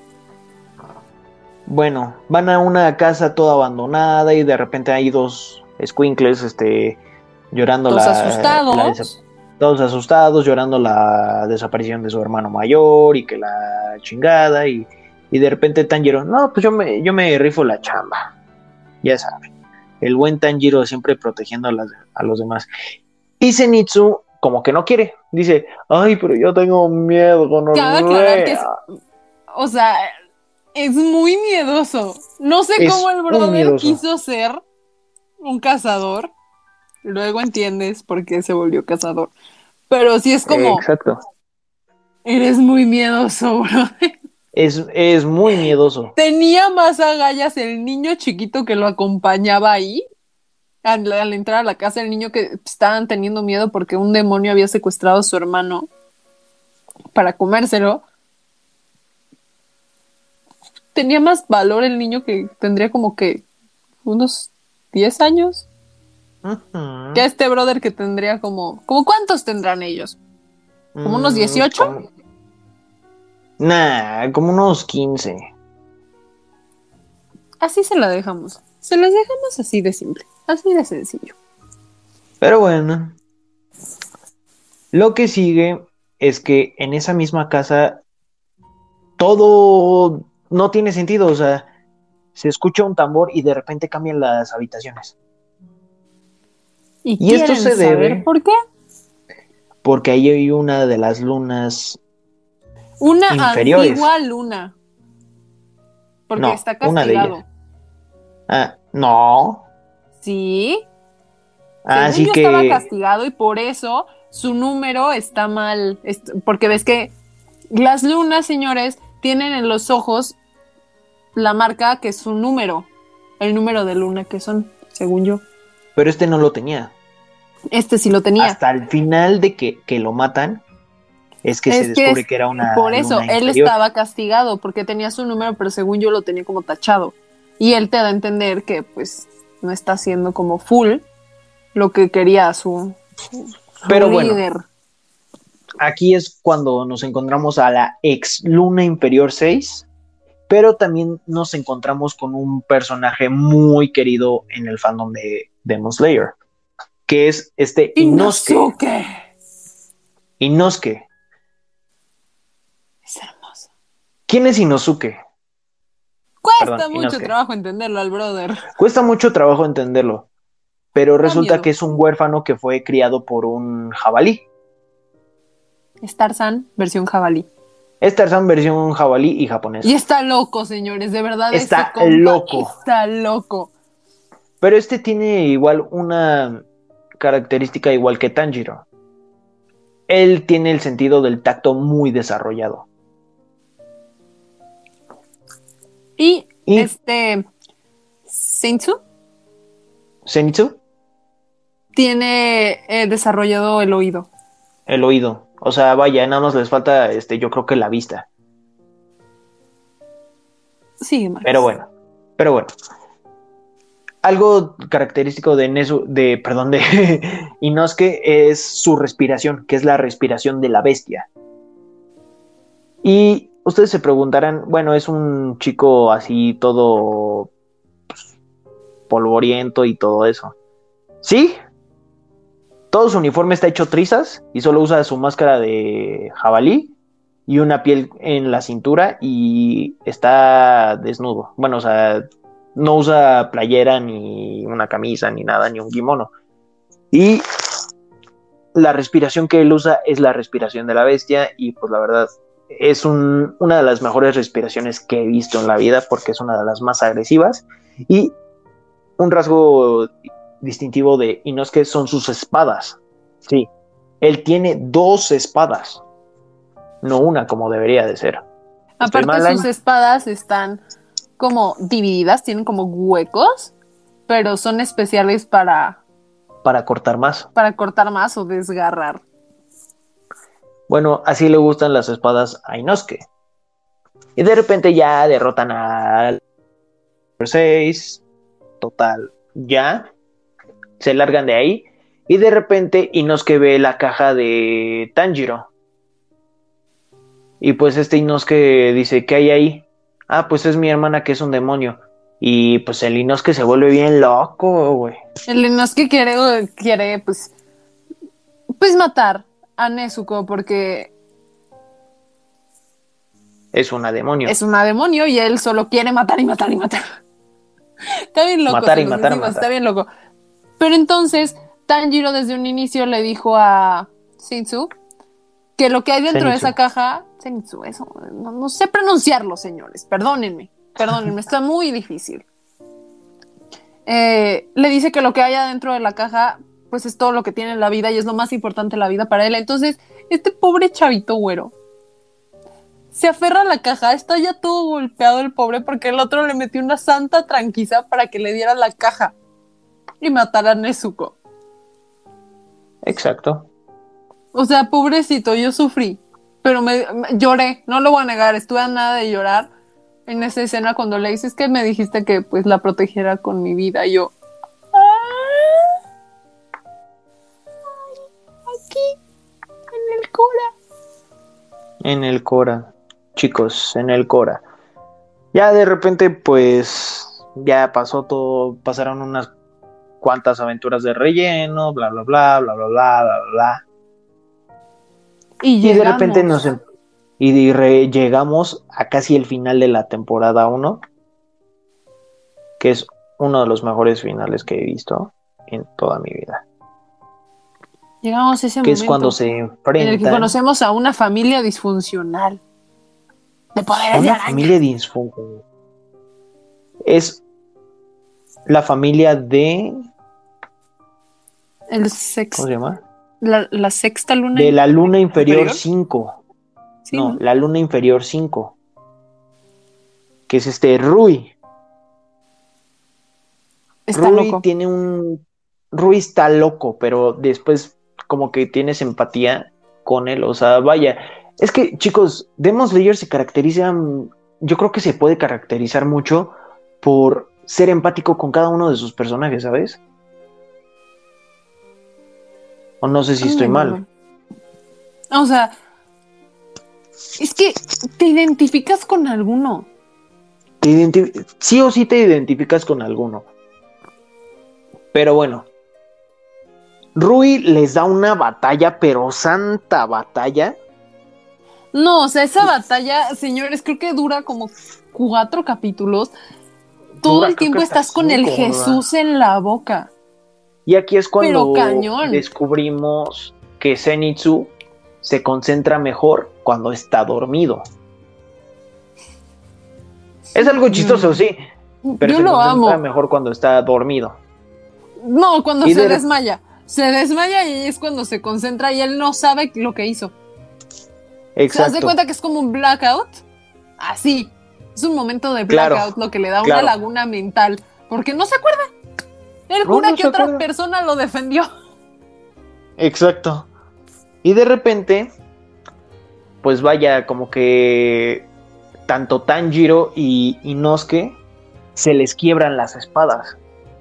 Bueno, van a una casa toda abandonada y de repente hay dos escuincles este, llorando Todos la, asustados. la desa- todos asustados, llorando la desaparición de su hermano mayor y que la chingada y, y de repente Tanjiro, no, pues yo me, yo me rifo la chamba, ya saben, el buen Tanjiro siempre protegiendo a, las- a los demás. Y Zenitsu como que no quiere, dice, ay, pero yo tengo miedo con Cabe aclarar que es, o sea, es muy miedoso. No sé Es cómo el muy brother miedoso. quiso ser un cazador. Luego entiendes por qué se volvió cazador. Pero sí es como, Exacto, eres muy miedoso, brother. es, es muy miedoso. Tenía más agallas el niño chiquito que lo acompañaba ahí. Al, al entrar a la casa, el niño que estaban teniendo miedo porque un demonio había secuestrado a su hermano para comérselo. Tenía más valor el niño, que tendría como que unos diez años, Ujú. que este brother que tendría como... ¿Como cuántos tendrán ellos? ¿Como unos Mm, dieciocho? como- Nah, como unos quince. Así se la dejamos. Se las dejamos así de simple. Así de sencillo. Pero bueno. Lo que sigue es que en esa misma casa todo no tiene sentido. O sea, se escucha un tambor y de repente cambian las habitaciones. ¿Y, Y esto quieren se saber debe- por qué? Porque ahí hay una de las lunas. Una Inferiores. antigua luna. Porque No, está una de castigado. ellas. Ah, no. Sí. Así Según yo estaba que. castigado y por eso su número está mal. Est- Porque ves que las lunas, señores, tienen en los ojos la marca que es su número. El número de luna que son, según yo. Pero este no lo tenía. Este sí lo tenía. Hasta el final de que, que lo matan. Es que Es se que descubre es- que era una. Por eso, luna él inferior. estaba castigado porque tenía su número, pero según yo lo tenía como tachado. Y él te da a entender que pues no está haciendo como full lo que quería su, su Pero bueno. líder. Aquí es cuando nos encontramos a la ex luna inferior seis, pero también nos encontramos con un personaje muy querido en el fandom de Demon Slayer, que es este Inosuke. Inosuke. Inosuke. Es hermoso. ¿Quién es Inosuke? Cuesta Perdón, mucho Inosuke. trabajo entenderlo al brother. Cuesta mucho trabajo entenderlo, pero Da resulta miedo. que es un huérfano que fue criado por un jabalí. Es Tarzán, versión jabalí. Es Tarzán versión jabalí y japonés. Y está loco, señores, de verdad. Está ese compa loco. Está loco. Pero este tiene igual una característica igual que Tanjiro. Él tiene el sentido del tacto muy desarrollado. Y, Y este Sensu Zenitsu, tiene eh, desarrollado el oído. el oído. O sea, vaya, nada más les falta, este, yo creo que la vista. Sí, Max. Pero bueno, pero bueno. Algo característico de Nezu, de, perdón, de Inosuke es su respiración, que es la respiración de la bestia. Y ustedes se preguntarán, bueno, es un chico así todo pues, polvoriento y todo eso. ¿Sí? Todo su uniforme está hecho trizas y solo usa su máscara de jabalí y una piel en la cintura y está desnudo. Bueno, o sea, no usa playera ni una camisa ni nada, ni un kimono. Y la respiración que él usa es la respiración de la bestia y pues la verdad es un, una de las mejores respiraciones que he visto en la vida porque es una de las más agresivas y un rasgo distintivo de Inosuke son sus espadas. Sí, él tiene dos espadas, no una como debería de ser. ¿Estoy Aparte, mal, sus espadas están como divididas, tienen como huecos, pero son especiales para, para cortar más? para cortar más o desgarrar. Bueno, así le gustan las espadas a Inosuke. Y de repente ya derrotan al seis, total, ya se largan de ahí y de repente Inosuke ve la caja de Tanjiro. Y pues este Inosuke dice, ¿qué hay ahí? Ah, pues es mi hermana que es un demonio. Y pues el Inosuke se vuelve bien loco, güey. El Inosuke quiere, quiere pues, pues matar a Nezuko porque Es una demonio. es una demonio y él solo quiere matar y matar y matar. Está bien loco, Matar se y los matar, decimos, matar. está bien loco. Pero entonces Tanjiro desde un inicio le dijo a Shinsu que lo que hay dentro de Zenitsu. esa caja, Zenitsu, eso, no, no sé pronunciarlo, señores, perdónenme, perdónenme, está muy difícil. Eh, le dice que lo que hay adentro de la caja, pues es todo lo que tiene en la vida y es lo más importante en la vida para él. Entonces, este pobre chavito güero se aferra a la caja, está ya todo golpeado el pobre porque el otro le metió una santa tranquiza para que le diera la caja y matara a Nezuko. Exacto. O sea, pobrecito, yo sufrí, pero me, me- lloré, no lo voy a negar, estuve a nada de llorar en esa escena cuando le dices que me dijiste que pues la protegiera con mi vida. Y yo, "Ah, aquí, en el Cora". En el Cora. Chicos, en el Cora. Ya de repente, pues, ya pasó todo, pasaron unas cuantas aventuras de relleno, bla, bla, bla, bla, bla, bla, bla, bla. Y Y de repente llegamos. nos em- y de re- llegamos a casi el final de la temporada uno, que es uno de los mejores finales que he visto en toda mi vida. Llegamos a ese Que es cuando momento se en el que enfrentan conocemos a una familia disfuncional de a poderes de una araña. familia disfuncional. Es la familia de... El ¿Cómo sex, se llama? la, la sexta luna De la luna inferior inferior. cinco. Sí, No, ¿no? la luna inferior cinco. Que es este Rui. Está Rui loco. tiene un... Rui está loco, pero después como que tienes empatía con él. O sea, vaya. Es que, chicos, Demon Slayer se caracteriza... Yo creo que se puede caracterizar mucho por ser empático con cada uno de sus personajes, ¿sabes? O no sé si estoy Ay, mal. no. O sea, es que te identificas con alguno. te identi- sí o sí te identificas con alguno. Pero bueno, Rui les da una batalla, pero santa batalla. No, o sea, esa batalla, señores, creo que dura como cuatro capítulos. Todo Dura el creo que tiempo hasta estás con el cinco, ¿verdad? Jesús en la boca. Y aquí es Pero cuando cañón. descubrimos que Zenitsu se concentra mejor cuando está dormido. Es algo chistoso, sí, pero Yo se lo concentra amo. mejor cuando está dormido. No, cuando Y se de... desmaya. Se desmaya y es cuando se concentra y él no sabe lo que hizo. ¿Se hace Exacto. cuenta que es como un blackout? Así. Es un momento de Claro, blackout lo que le da una claro. laguna mental. Porque no se acuerda. Él No, jura no que se otra acuerda. persona lo defendió. Exacto. Y de repente, pues vaya, como que tanto Tanjiro y Inosuke se les quiebran las espadas.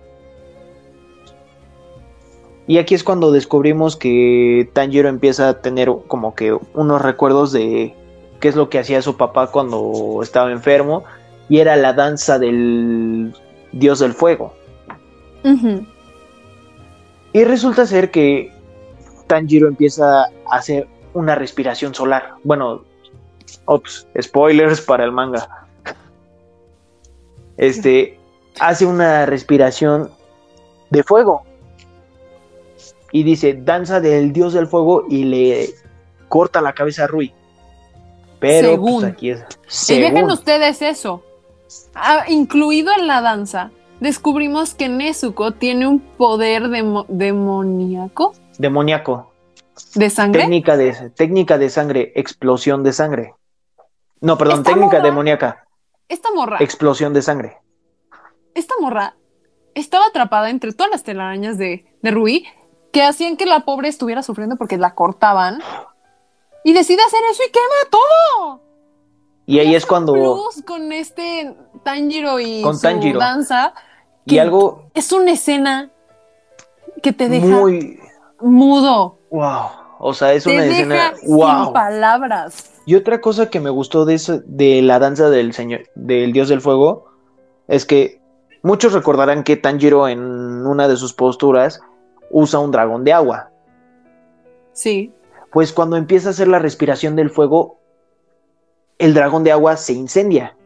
Y aquí es cuando descubrimos que Tanjiro empieza a tener como que unos recuerdos de qué es lo que hacía su papá cuando estaba enfermo, y era la danza del dios del fuego. Uh-huh. Y resulta ser que Tanjiro empieza a hacer una respiración solar. Bueno, ops, spoilers para el manga. Este hace una respiración de fuego. Y dice, danza del dios del fuego, y le corta la cabeza a Rui. Pero Según. pues aquí es Y según. dejen ustedes eso. Ah, incluido en la danza, descubrimos que Nezuko tiene un poder demo- demoníaco. Demoníaco. ¿De sangre? Técnica de, técnica de sangre, explosión de sangre. No, perdón, Esta técnica morra, demoníaca, esta morra, explosión de sangre. esta morra estaba atrapada entre todas las telarañas de, de Rui que hacían que la pobre estuviera sufriendo porque la cortaban. Y decide hacer eso y quema todo. Y ahí Y es cuando... plus con este Tanjiro y Con su Tanjiro. danza. Y algo... Es una escena que te deja muy... mudo. Wow. O sea, es te una deja escena... sin Wow. palabras. Y otra cosa que me gustó de, eso, de la danza del señor, del dios del fuego, es que muchos recordarán que Tanjiro en una de sus posturas usa un dragón de agua. Sí. Pues cuando empieza a hacer la respiración del fuego, el dragón de agua se incendia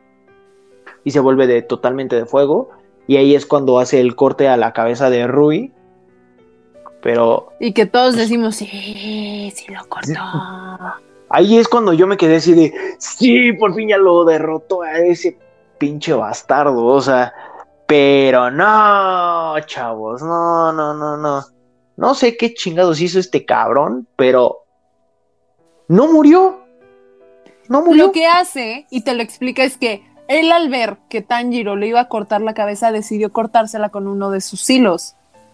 y se vuelve de, totalmente de fuego. Y ahí es cuando hace el corte a la cabeza de Rui. Pero... Y que todos decimos, sí, sí lo cortó. Ahí es cuando yo me quedé así de, sí, por fin ya lo derrotó a ese pinche bastardo. O sea, pero no, chavos, no, no, no, no. No sé qué chingados hizo este cabrón, pero no murió. No murió. Lo que hace, y te lo explica, es que él al ver que Tanjiro le iba a cortar la cabeza, decidió cortársela con uno de sus hilos.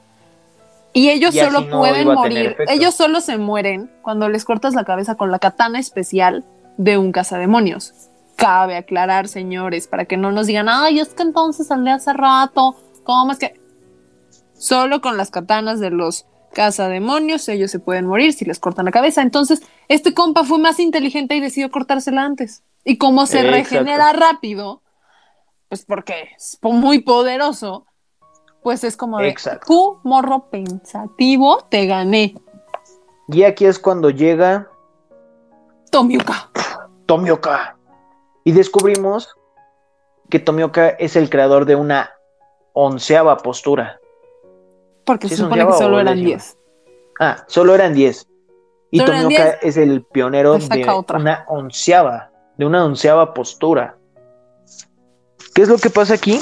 Y ellos Y así solo no pueden iba a tener morir, efecto. ellos solo se mueren cuando les cortas la cabeza con la katana especial de un cazademonios. Cabe aclarar, señores, para que no nos digan, ay, es que entonces saldé hace rato, ¿cómo es que? Solo con las katanas de los cazademonios ellos se pueden morir si les cortan la cabeza. Entonces, este compa fue más inteligente y decidió cortársela antes. Y como se Exacto. regenera rápido, pues porque es muy poderoso, pues es como de, Exacto. tú, morro pensativo, te gané. Y aquí es cuando llega Tomioka. Tomioka. Y descubrimos que Tomioka es el creador de una onceava postura. Porque ¿Sí se es supone que onceava solo o eran décima? diez. Ah, solo eran diez. Y Solo eran Tomioka diez. es el pionero Pues saca de otra. una onceava, de una onceava postura. ¿Qué es lo que pasa aquí?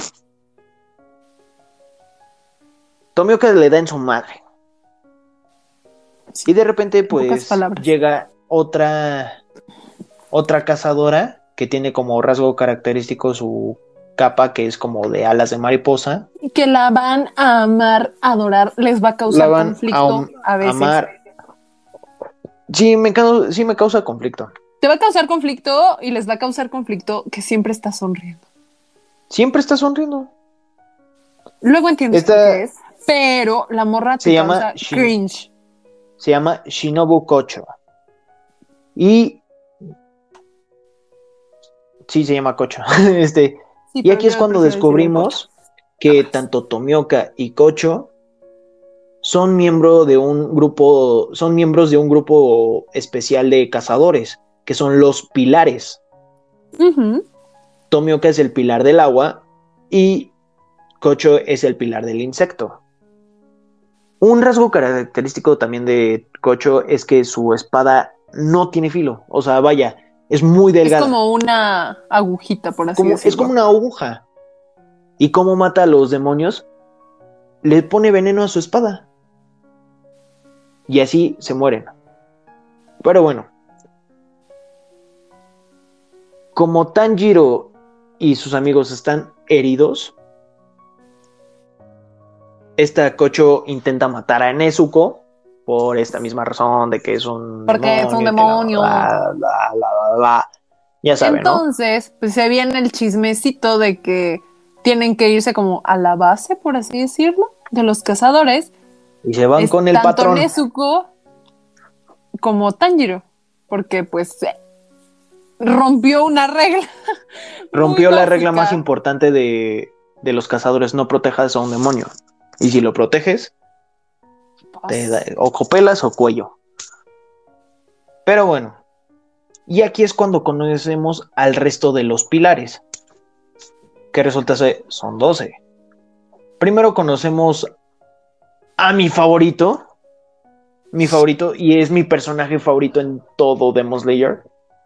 Tomioka le da en su madre. Sí, Y de repente, en pocas pues, palabras. llega otra, otra cazadora que tiene como rasgo característico su capa, que es como de alas de mariposa. Que la van a amar, adorar, les va a causar La van conflicto a, a veces. amar. Sí me, causa, sí, me causa conflicto. Te va a causar conflicto y les va a causar conflicto que siempre está sonriendo. Siempre está sonriendo. Luego entiendes Esta por qué es, pero la morra te se llama causa Shin- cringe. Se llama Shinobu Kocho. Y... Sí, se llama Kocho. este, Sí, Y pero aquí es yo cuando prefiero decirle Kocho. descubrimos que tanto Tomioka y Kocho son miembro de un grupo, son miembros de un grupo especial de cazadores, que son los pilares. Ujú. Tomioka es el pilar del agua y Kocho es el pilar del insecto. Un rasgo característico también de Kocho es que su espada no tiene filo, o sea, vaya, es muy Es delgada. como una agujita, por así Como, es como decirlo. una aguja. ¿Y cómo mata a los demonios? Le pone veneno a su espada. Y así se mueren. Pero bueno, como Tanjiro y sus amigos están heridos, esta Kocho intenta matar a Nezuko por esta misma razón de que es un Porque es un demonio y que la demonio. bla, bla, bla, bla, bla. Ya saben, ¿no? Entonces, pues se viene el chismecito de que tienen que irse como a la base, por así decirlo, de los cazadores. Y se van Es con el tanto patrón. Nezuko como Tanjiro, porque pues eh, rompió una regla muy Rompió la regla más básica. importante de, de los cazadores: no protejas a un demonio. Y si lo proteges, te da, o copelas o cuello. Pero bueno, y aquí es cuando conocemos al resto de los pilares, que resulta ser, son doce. Primero conocemos a mi favorito, mi favorito, y es mi personaje favorito en todo Demon Slayer,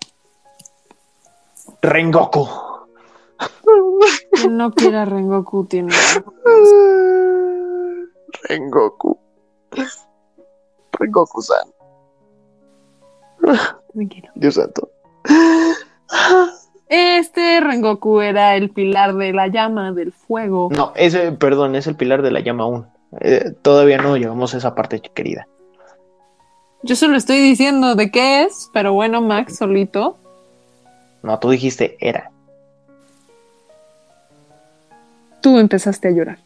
Rengoku. Quien no quiera Rengoku tiene Rengoku. Rengoku-san. Tranquilo. Dios santo. Este Rengoku era el pilar de la llama, del fuego. No, ese, perdón, es el pilar de la llama aún. Eh, todavía no llegamos a esa parte, querida. Yo solo estoy diciendo de qué es, pero bueno, Max solito. No, tú dijiste era. Tú empezaste a llorar.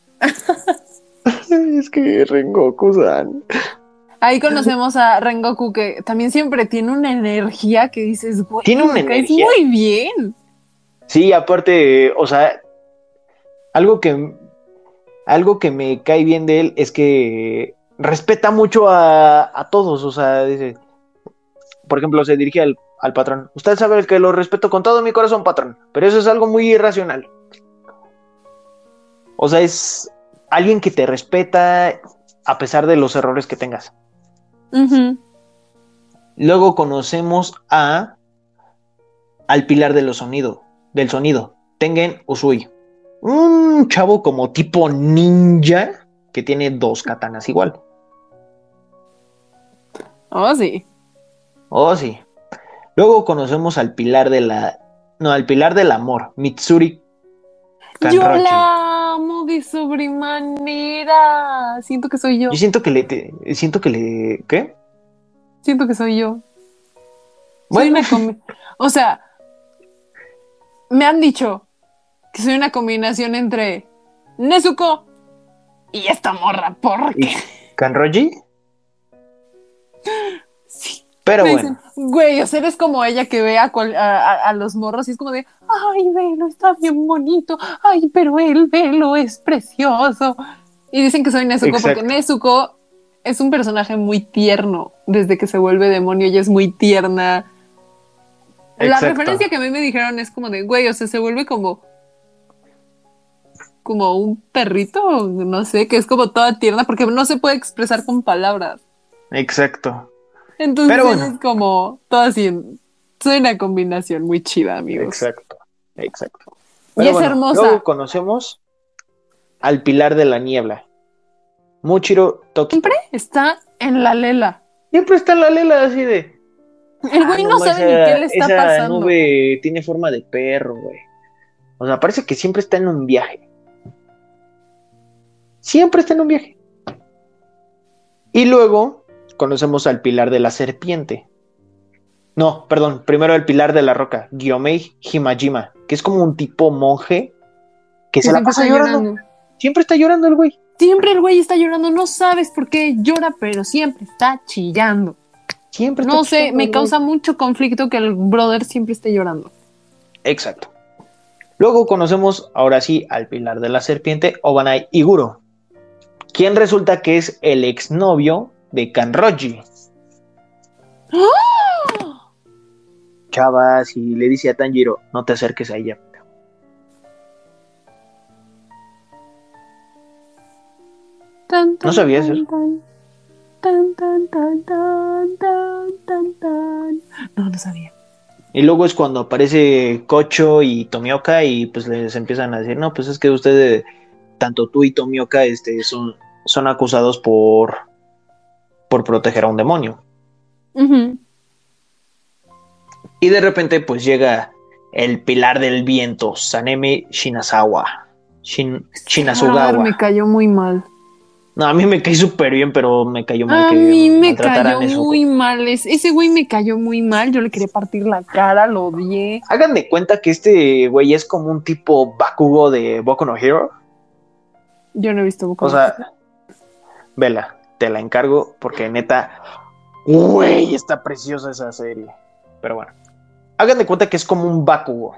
Es que Rengoku-san. Ahí conocemos a Rengoku, que también siempre tiene una energía que dices, güey, Tiene una me caes energía. muy bien. Sí, aparte, o sea, algo que, algo que me cae bien de él es que respeta mucho a, a todos. O sea, dice, por ejemplo, se dirige al, al patrón. Usted sabe que lo respeto con todo mi corazón, patrón, pero eso es algo muy irracional. O sea, es alguien que te respeta a pesar de los errores que tengas. Uh-huh. Luego conocemos a al pilar de los sonido, del sonido, Tengen Uzui. Un chavo como tipo ninja que tiene dos katanas igual. Oh, sí. Oh, sí. Luego conocemos al pilar de la... No, al pilar del amor, Mitsuri Yo Kanrochi. la amo de sobremanera. Siento que soy yo. Yo siento que le... Te, siento que le... ¿Qué? Siento que soy yo. Bueno. Soy una com- o sea, me han dicho que soy una combinación entre Nezuko y esta morra. ¿Por ¿Y qué? Kanrochi? Sí. Pero Me bueno. dicen, güey, o sea, eres como ella que ve a, cual- a, a- a los morros y es como de, ay, velo, está bien bonito, ay, pero él, velo, es precioso. Y dicen que soy Nezuko Exacto. porque Nezuko es un personaje muy tierno. Desde que se vuelve demonio, ella es muy tierna. La Exacto. referencia que a mí me dijeron es como de, güey, o sea, se vuelve como como un perrito, no sé, que es como toda tierna porque no se puede expresar con palabras. Exacto. Entonces Pero él bueno. es como todo así. Soy una combinación muy chida, amigos. Exacto. Exacto. Y Pero es bueno, hermosa. luego conocemos al pilar de la niebla, Muchiro Tokito. Siempre está en la lela. Siempre está en la lela así de... El güey ah, no, no, sabe esa, ni qué le está esa pasando. nube tiene forma de perro, güey. O sea, parece que siempre está en un viaje. Siempre está en un viaje. Y luego conocemos al pilar de la serpiente. No, perdón, primero el pilar de la roca, Gyomei Himajima, que es como un tipo monje que, que se la pasa llorando. llorando. Siempre está llorando el güey. Siempre el güey está llorando, no sabes por qué llora, pero siempre está chillando. Siempre está no sé, me el causa güey. mucho conflicto que el brother siempre esté llorando. Exacto. Luego conocemos ahora sí al pilar de la serpiente, Obanai Iguro, quien resulta que es el exnovio de Kanroji. ¡Ah! Chavas, y le dice a Tanjiro, no te acerques a ella. Tan, ¿No tan, sabías tan, eso? tan, tan, tan, tan, tan, tan, tan, tan. No, no sabía. Y luego es cuando aparece Kocho y Tomioka y pues les empiezan a decir, no, pues es que ustedes, tanto tú y Tomioka, este, son, son acusados por, por proteger a un demonio. Ujú. Y de repente pues llega el pilar del viento, Sanemi Shinazawa. Shin, Este brother me Shinazugawa. cayó muy mal. No, a mí me cae súper bien, pero me cayó mal A que mí me maltrataran a cayó Nezuko. muy mal. es- Ese güey me cayó muy mal. Yo le quería partir la cara, lo odié. Hagan de cuenta que este güey es como un tipo Bakugo de Boku no Hero. Yo no he visto Boku O no Hero. sea, vela, te la encargo porque neta, güey, está preciosa esa serie. Pero bueno, hagan de cuenta que es como un Bakugo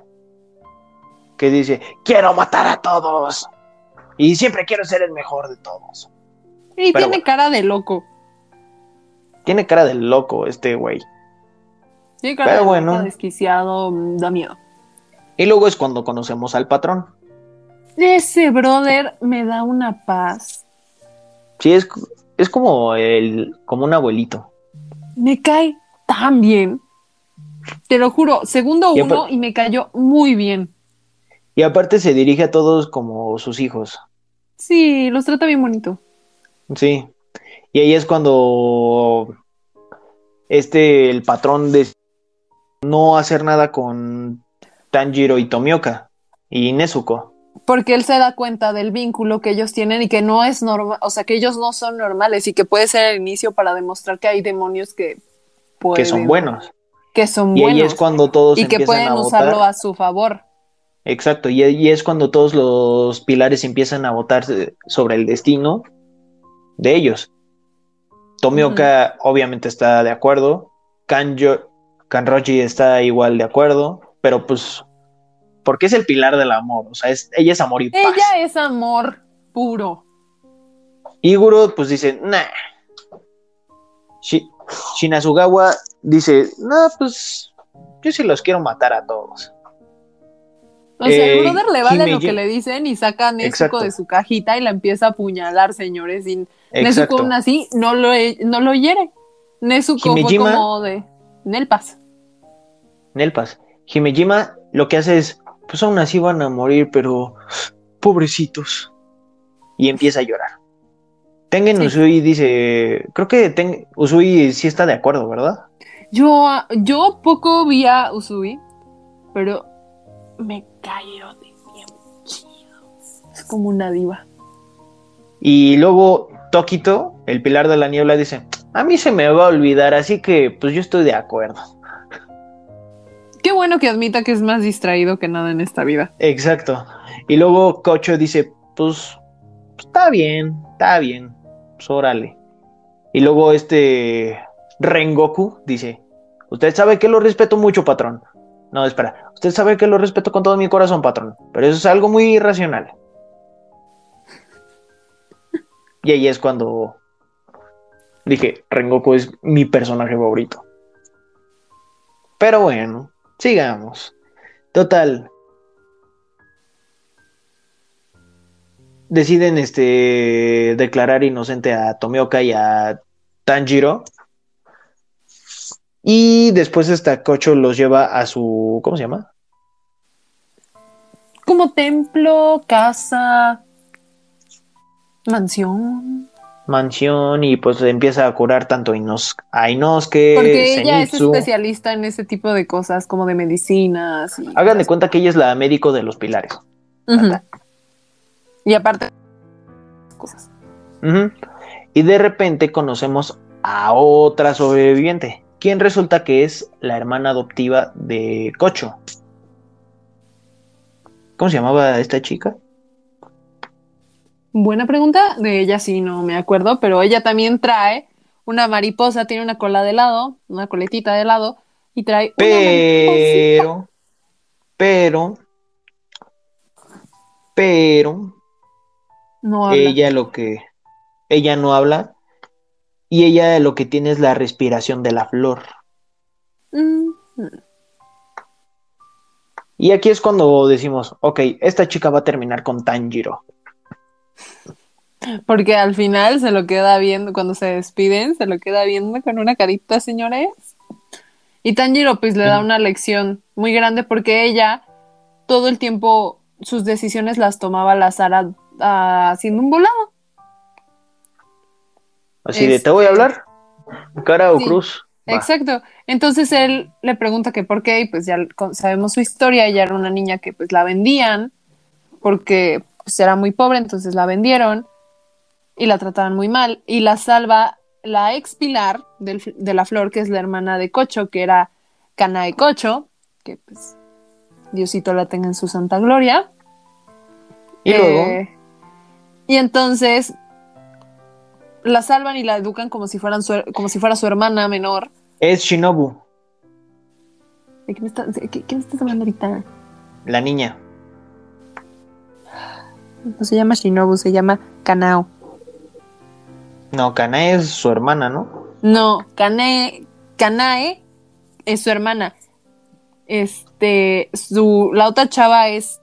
que dice, quiero matar a todos y siempre quiero ser el mejor de todos. Y Pero tiene bueno, cara de loco. tiene cara de loco este güey. Tiene cara Pero de loco, bueno, desquiciado, mm, da miedo. y luego es cuando conocemos al patrón. Ese brother me da una paz. Sí, es, es como, el, como un abuelito. Me cae tan bien. Te lo juro, segundo Y, uno apar- y me cayó muy bien. y aparte se dirige a todos como sus hijos. Sí, los trata bien bonito. Sí. Y ahí es cuando este, el patrón de no hacer nada con Tanjiro y Tomioka y Nezuko. Porque él se da cuenta del vínculo que ellos tienen y que no es normal, o sea, que ellos no son normales y que puede ser el inicio para demostrar que hay demonios que Que son pueden, buenos. que son Y ahí es buenos cuando todos y que empiezan a pueden usarlo votar. a su favor. Exacto, y ahí es cuando todos los pilares empiezan a votar sobre el destino de ellos. Ujú. Tomioka obviamente está de acuerdo, Kanjo, Kanroji está igual de acuerdo, pero pues, porque es el pilar del amor, o sea, es, ella es amor y Ella paz. es amor puro. Iguro pues dice, nah. Shi- Shinazugawa dice, no, pues yo sí los quiero matar a todos. O sea, el Eh, brother le vale lo que Himeji, le dicen y saca a Nezuko de exacto, su cajita y la empieza a apuñalar, señores. Y Nezuko aún exacto. así no lo, no lo hiere. Nezuko fue Himejima, como de Nelpas. Nelpas, Himejima lo que hace es, pues aún así van a morir, pero pobrecitos. Y empieza a llorar. Tengen Sí. Usui dice, creo que Ten, Usui sí está de acuerdo, ¿verdad? Yo, yo poco vi a Usui, pero me cayó de bien chido. Es como una diva. Y luego Tokito, el pilar de la niebla, dice, a mí se me va a olvidar, así que pues yo estoy de acuerdo. Qué bueno que admita que es más distraído que nada en esta vida. Exacto. Y luego Kocho dice, pues, pues, está bien, está bien, pues órale. Y luego este Rengoku dice, usted sabe que lo respeto mucho, patrón. No, espera, usted sabe que lo respeto con todo mi corazón, patrón, pero eso es algo muy irracional. Y ahí es cuando dije, Rengoku es mi personaje favorito. Pero bueno, sigamos. Total, deciden este declarar inocente a Tomioka y a Tanjiro. Y después esta Kocho los lleva a su, ¿cómo se llama? Como templo, casa, mansión. Mansión y pues empieza a curar tanto Inos a Inosuke, Porque ella es Zenitsu. especialista en ese tipo de cosas, como de medicinas y Hagan de las... cuenta que ella es la médico de los pilares. Ujú. Y aparte, cosas. Uh-huh. Y de repente conocemos a otra sobreviviente, quien resulta que es la hermana adoptiva de Kocho. ¿Cómo se llamaba esta chica? Buena pregunta. De ella sí no me acuerdo, pero ella también trae una mariposa, tiene una cola de helado, una coletita de helado, y trae una mariposita. Pero, pero, pero No habla. ella lo que, ella no habla y ella lo que tiene es la respiración de la flor. Mm, Y aquí es cuando decimos, ok, esta chica va a terminar con Tanjiro. Porque al final se lo queda viendo, cuando se despiden, se lo queda viendo con una carita, señores. Y Tanjiro pues le da Sí. una lección muy grande porque ella todo el tiempo sus decisiones las tomaba la Sara ah, haciendo un volado. Así de, ¿te voy a Este, hablar? ¿Cara o sí, cruz? Va. exacto. Entonces él le pregunta que por qué y pues ya con- sabemos su historia. Ella era una niña que pues la vendían porque pues, era muy pobre, entonces la vendieron y la trataban muy mal. Y la salva la ex Pilar del- de la Flor, que es la hermana de Cocho, que era Kanae Cocho, que pues Diosito la tenga en su santa gloria. Y luego Eh, y entonces la salvan y la educan como si, fueran su, como si fuera su hermana menor. es Shinobu, ¿De qué me, está, de qué, qué me estás hablando ahorita? la niña. No se llama Shinobu, se llama Kanao. No, Kanae es su hermana, ¿no? No, Kanae, Kanae es su hermana. Este, su, la otra chava es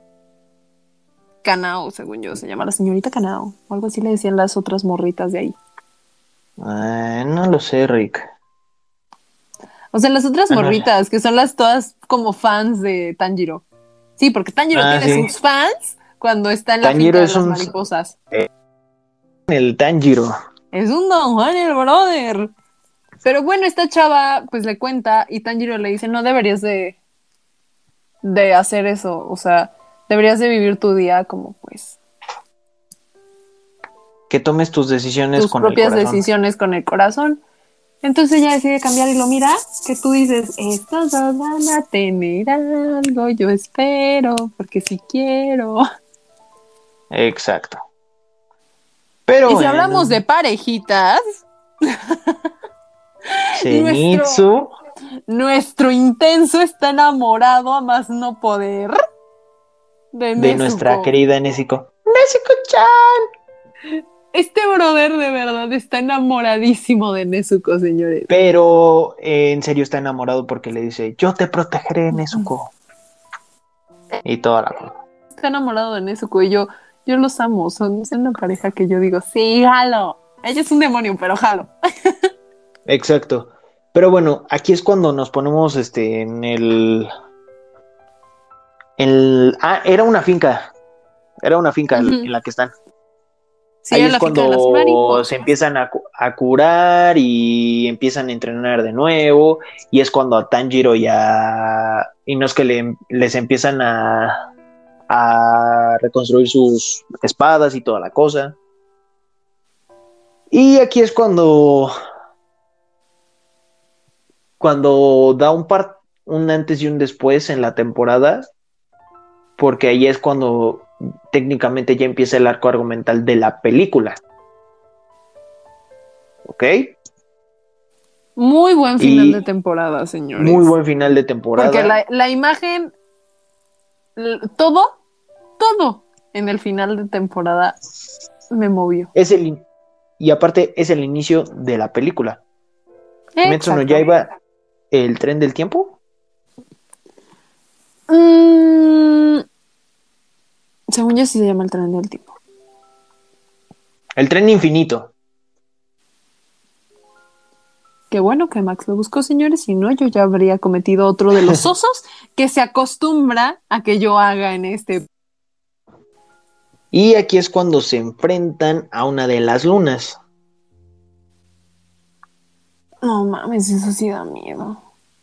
Kanao, según yo, se llama la señorita Kanao. O algo así le decían las otras morritas de ahí. Eh, no lo sé, Rick. O sea, las otras Ah, no sé. morritas, que son las todas como fans de Tanjiro. Sí, porque Tanjiro Ah, tiene sí. sus fans cuando está en la Tanjiro finca de es las un... mariposas. El Tanjiro. Es un Don Juan el brother. Pero bueno, esta chava pues le cuenta y Tanjiro le dice, no deberías de, de hacer eso. O sea, deberías de vivir tu día como pues Que tomes tus decisiones tus con el propias corazón. decisiones con el corazón. Entonces ella decide cambiar y lo mira, que tú dices, estos dos van a tener algo, yo espero, porque si quiero. Exacto. Y Pero si hablamos de bueno, parejitas, nuestro, Zenitsu nuestro intenso está enamorado a más no poder de de nuestra Nezuko. querida Nezuko. Nezuko-chan. Este brother de verdad está enamoradísimo de Nezuko, señores. Pero eh, en serio está enamorado porque le dice, yo te protegeré, Nezuko. Y toda la cosa. Está enamorado de Nezuko y yo, yo los amo. Son, son una pareja que yo digo, sí, jalo. Ella es un demonio, pero jalo. Exacto. Pero bueno, aquí es cuando nos ponemos este en el. El, ah, era una finca. Era una finca en Ujú. la que están. Sí, Ahí en es la finca de las cuando se mariposas. empiezan a, cu- a curar y empiezan a entrenar de nuevo. Y es cuando a Tanjiro ya. Y no es que le- les empiezan a, a reconstruir sus espadas y toda la cosa. Y aquí es cuando. Cuando da un par, un antes y un después en la temporada. Porque ahí es cuando técnicamente ya empieza el arco argumental de la película. ¿Ok? Muy buen final de Y temporada, muy señores. buen final de Porque temporada. la, la imagen, l- todo, todo en el final de temporada me movió. Es el, y aparte es el inicio de la película. Kimetsu no Exacto. Yaiba, el tren del tiempo. Mm, según yo sí se llama el tren del tiempo. El tren infinito. Qué bueno que Max lo buscó, señores, si no yo ya habría cometido otro de los osos que se acostumbra a que yo haga en este. Y aquí es cuando se enfrentan a una de las lunas. No mames, eso sí da miedo.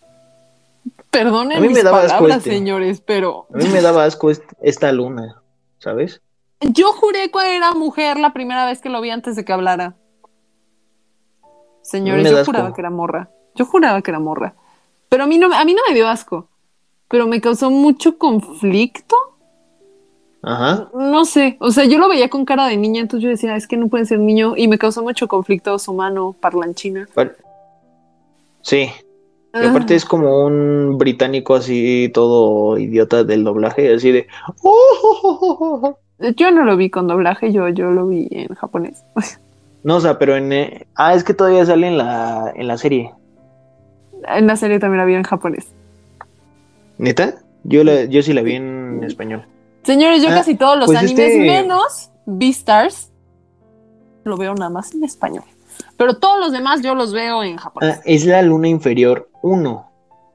A Perdonen mí me mis daba asco palabras, este. señores, pero A mí me daba asco est- esta luna, ¿sabes? yo juré que era mujer la primera vez que lo vi antes de que hablara. A mí Señores, me yo da juraba que asco. era morra. Yo juraba que era morra. Pero a mí no, a mí no me dio asco. Pero me causó mucho conflicto. Ajá. No sé, o sea, yo lo veía con cara de niña, entonces yo decía, es que no puede ser niño. Y me causó mucho conflicto su mano parlanchina. Bueno, sí. Y aparte Ah, es como un británico así, todo idiota del doblaje, así de... "Oh". yo no lo vi con doblaje, yo, yo lo vi en japonés. No, o sea, pero en... eh, Ah, es que todavía sale en la, en la serie. En la serie también la vi en japonés. ¿Neta? Yo, la, yo sí la vi Sí. en español. Señores, yo Ah, casi todos los pues animes, este... menos Beastars, lo veo nada más en español. Pero todos los demás yo los veo en Ah, japonés. es la luna inferior uno.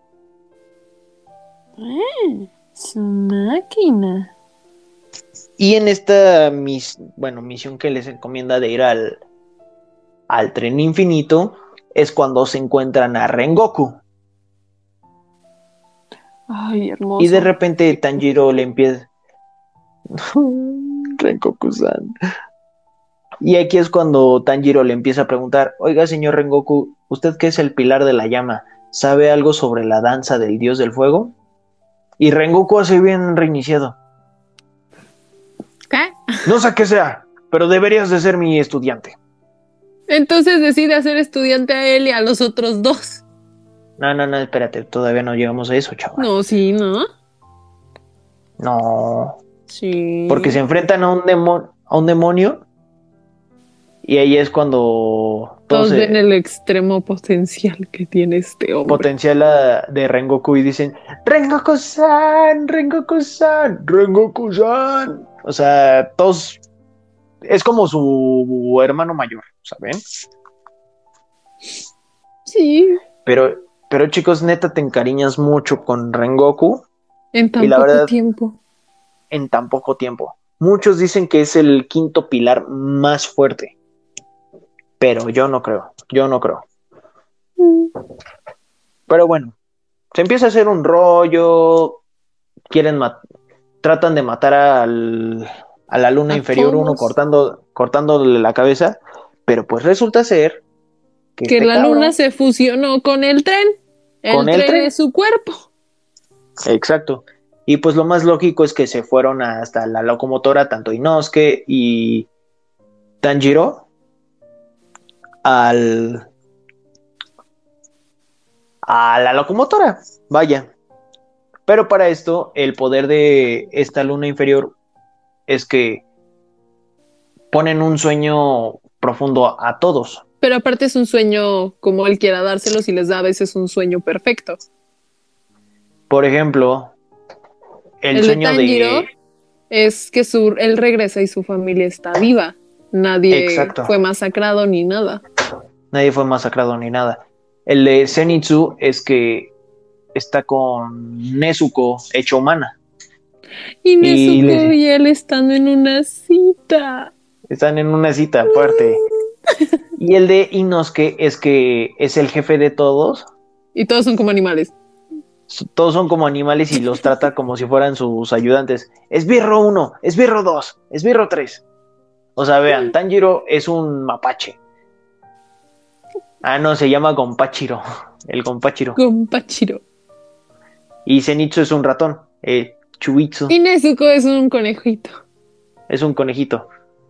Ah, su máquina. Y en esta mis, bueno, misión que les encomienda de ir al, al tren infinito es cuando se encuentran a Rengoku. Ay, Y de hermoso. repente Tanjiro le empieza... Rengoku-san. Y aquí es cuando Tanjiro le empieza a preguntar, oiga, señor Rengoku, ¿usted que es el pilar de la llama? ¿Sabe algo sobre la danza del dios del fuego? Y Rengoku hace bien reiniciado. ¿Qué? No sé qué sea, pero deberías de ser mi estudiante. Entonces decide hacer estudiante a él y a los otros dos. No, no, no, espérate, todavía no llegamos a eso, chaval. No, sí, ¿no? No, porque se Sí. enfrentan a un demonio, a un demonio y ahí es cuando todo Todos ven se el extremo potencial que tiene este hombre. potenciala de Rengoku y dicen, Rengoku-san, Rengoku-san, Rengoku-san. O sea, todos es como su hermano mayor, ¿saben? Sí, Pero, pero chicos, neta te encariñas mucho con Rengoku en y tan la poco verdad, tiempo. en tan poco tiempo. Muchos dicen que es el quinto pilar más fuerte, pero yo no creo, yo no creo. Mm. Pero bueno, se empieza a hacer un rollo, quieren mat- tratan de matar al, a la luna A inferior uno todos. cortando, cortándole la cabeza, pero pues resulta ser que Que este la luna cabrón se fusionó con el tren. con El el tren tren, es su cuerpo. exacto. Y pues lo más lógico es que se fueron hasta la locomotora, tanto Inosuke y Tanjiro, al, a la locomotora, vaya. Pero para esto, el poder de esta luna inferior es que ponen un sueño profundo a todos. Pero aparte es un sueño como él quiera dárselos y les da a veces un sueño perfecto. Por ejemplo, el El de sueño Tanjiro de... es que su, él regresa y su familia está viva. Nadie Exacto, fue masacrado ni nada. nadie fue masacrado ni nada. El de Zenitsu es que está con Nezuko hecho humana. Y Y Nezuko les y él están en una cita. están en una cita aparte. Y el de Inosuke es que es el jefe de todos. Y todos son como animales. Todos son como animales y los trata como si fueran sus ayudantes. Esbirro uno, Esbirro dos, Esbirro tres. O sea, vean, Tanjiro es un mapache. Ah, no, se llama Gonpachiro. El Gonpachiro. Con Pachiro. Y Zenitsu es un ratón. El Chubitsu Y Nezuko es un conejito. es un conejito.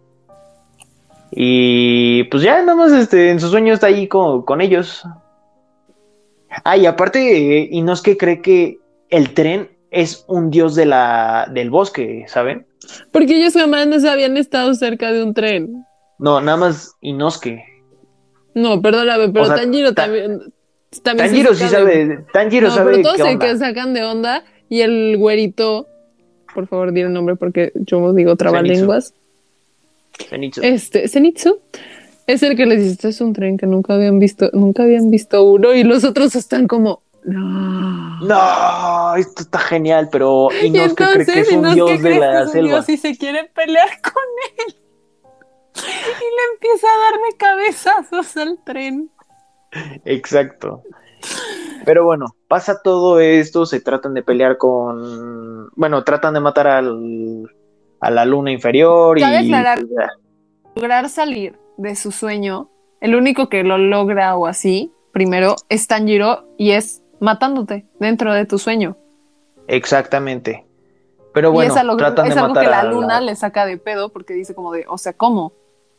Y pues ya nada más este, en su sueño está ahí con, con ellos. Ah, y aparte, eh, Inosuke cree que el tren es un dios de la, del bosque, ¿saben? Porque ellos jamás no habían estado cerca de un tren. No, nada más Inosuke. No, perdóname, O pero sea, Tanjiro Ta- también, también se Tanjiro sí saca de... sabe, Tanjiro No, pero sabe todos qué se que onda. sacan de onda y el güerito, por favor, di el nombre porque yo digo Zenitsu, trabalenguas. Zenitsu. Este, Zenitsu es el que les dice, "Este es un tren que nunca habían visto, nunca habían visto uno", y los otros están como, no. No, esto está genial, pero Y Inosuke cree que entonces, es y un no es que dios de crees que es la un dios selva. y se quiere pelear con él. Y le empieza a darme cabezazos al tren. Exacto. Pero bueno, pasa todo esto, se tratan de pelear con, bueno, tratan de matar al, a la luna inferior Cabe y aclarar, pues ya. lograr salir de su sueño, el único que lo logra o así, primero, es Tanjiro y es matándote dentro de tu sueño. Exactamente. Pero Y es bueno, algo, tratan de es algo que matar la a luna la... le saca de pedo porque dice como de, o sea, ¿cómo?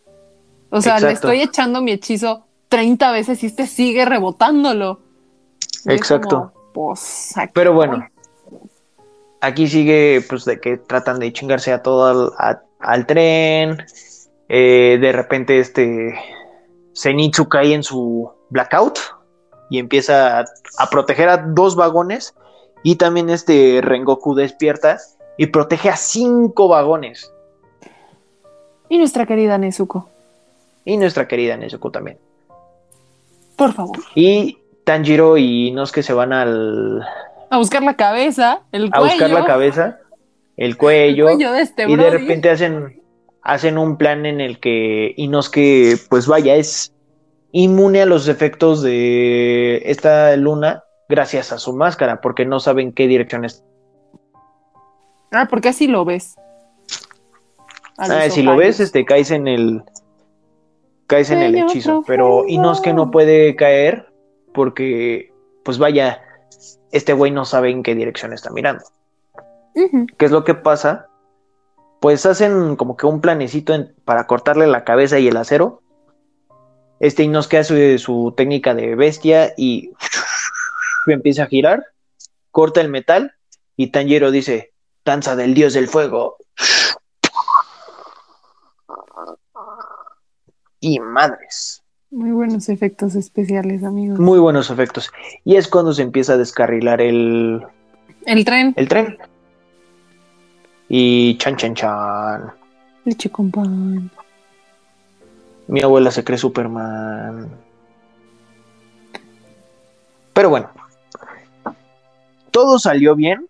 O sea, le Exacto. estoy echando mi hechizo treinta veces y este sigue rebotándolo. Y es Exacto. como, pues, ¿a qué Pero voy? bueno, aquí sigue, pues, de que tratan de chingarse a todo al, a- al tren. Eh, de repente, este Zenitsu cae en su blackout y empieza a, a proteger a dos vagones. Y también este Rengoku despierta y protege a cinco vagones. Y nuestra querida Nezuko, Y nuestra querida Nezuko también. por favor. Y Tanjiro y Inosuke se van al, A buscar la cabeza, el a buscar la cuello, cabeza, el el cuello, cuello de este y de Brody. repente hacen, hacen un plan en el que Inosuke, pues vaya, es inmune a los efectos de esta luna gracias a su máscara, porque no saben qué dirección es. Ah, porque así lo ves. A Ah, los si lo ves, ojayos. este, caes en el, caes en el Sueño hechizo, pero Inosuke no profundo. puede caer porque, pues vaya, este güey no sabe en qué dirección está mirando. Ujú. ¿Qué es lo que pasa? Pues hacen como que un planecito en- para cortarle la cabeza y el acero. Este Inosuke hace su técnica de bestia y empieza a girar, corta el metal y Tanjiro dice, danza del dios del fuego. Y madres. Muy buenos efectos especiales, amigos. Muy buenos efectos. Y es cuando se empieza a descarrilar el, El tren, el tren. Y chan, chan, chan. leche con pan. Mi abuela se cree Superman. Pero bueno, todo salió bien.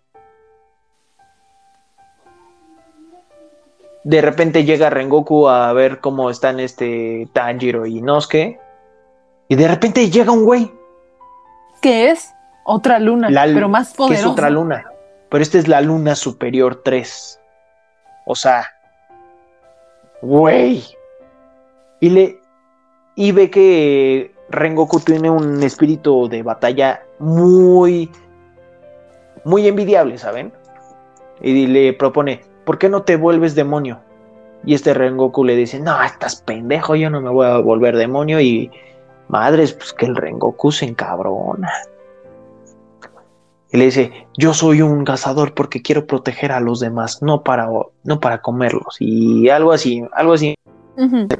De repente llega Rengoku a ver cómo están este Tanjiro y Inosuke. Y de repente llega un güey. ¿Qué es? Otra luna, La, pero más que es otra poderosa. luna. Pero esta es la luna superior tres. O sea, güey. Y le y ve que Rengoku tiene un espíritu de batalla muy muy envidiable, ¿saben? Y le propone, ¿por qué no te vuelves demonio? Y este Rengoku le dice, no, estás pendejo, yo no me voy a volver demonio. Y madres, pues que el Rengoku se encabrona. Y le dice, yo soy un cazador porque quiero proteger a los demás, no para, no para comerlos. Y algo así, algo así. Ujú.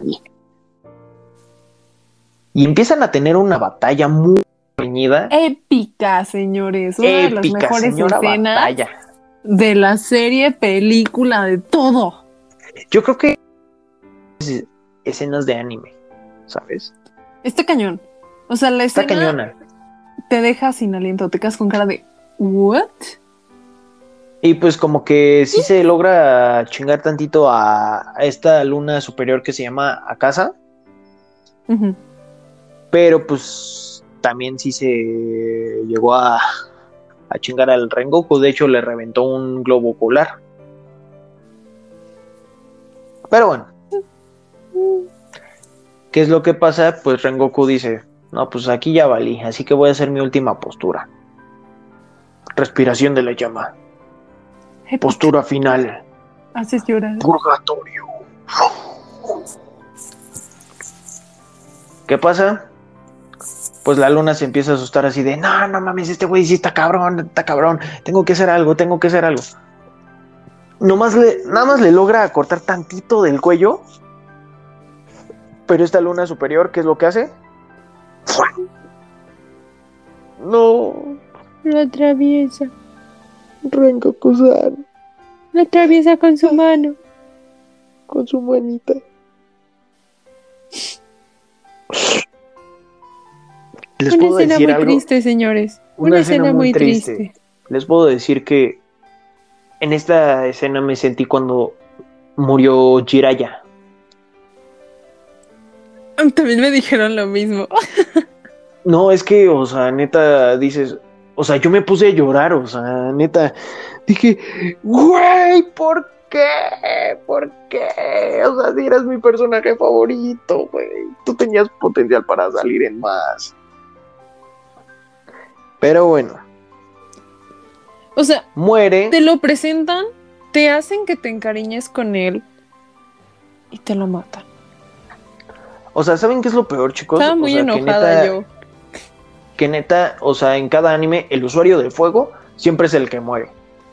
Y empiezan a tener una batalla muy reñida. Épica, señores. Una de las Épica, mejores señora escenas batalla. de la serie, película, de todo. Yo creo que es escenas de anime, ¿sabes? Está cañón. O sea, la Está escena cañona. te deja sin aliento, te quedas con cara de ¿what? Y pues como que sí se logra chingar tantito a, a esta luna superior que se llama Akasa, Ujú. pero pues también sí se llegó a, a chingar al Rengoku, de hecho le reventó un globo polar. Pero bueno, ¿qué es lo que pasa? Pues Rengoku dice, no, pues aquí ya valí, así que voy a hacer mi última postura. Respiración de la llama. Épica. Postura final. Haces llorar. Purgatorio. ¿Qué pasa? Pues la luna se empieza a asustar así de, no, no mames, este güey sí está cabrón, está cabrón, tengo que hacer algo, tengo que hacer algo. Nomás le, nada más le logra cortar tantito del cuello, pero esta luna superior, ¿qué es lo que hace? No, Lo atraviesa. Rengoku-san, Lo atraviesa con su mano. con su manita. Les Una puedo escena decir muy algo. triste, señores. Una, Una, escena, escena, muy muy triste. triste. Les puedo decir que en esta escena me sentí cuando murió Jiraiya. También me dijeron lo mismo. No, es que, o sea, neta, dices, o sea, yo me puse a llorar, o sea, neta, dije, güey, ¿por qué? ¿Por qué? O sea, si eras mi personaje favorito, güey, tú tenías potencial para salir en más. Pero bueno, O sea, muere. te lo presentan, te hacen que te encariñes con él y te lo matan. O sea, ¿saben qué es lo peor, chicos? Estaba O muy sea, que enojada neta, yo. que neta, o sea, en cada anime el usuario del fuego siempre es el que muere.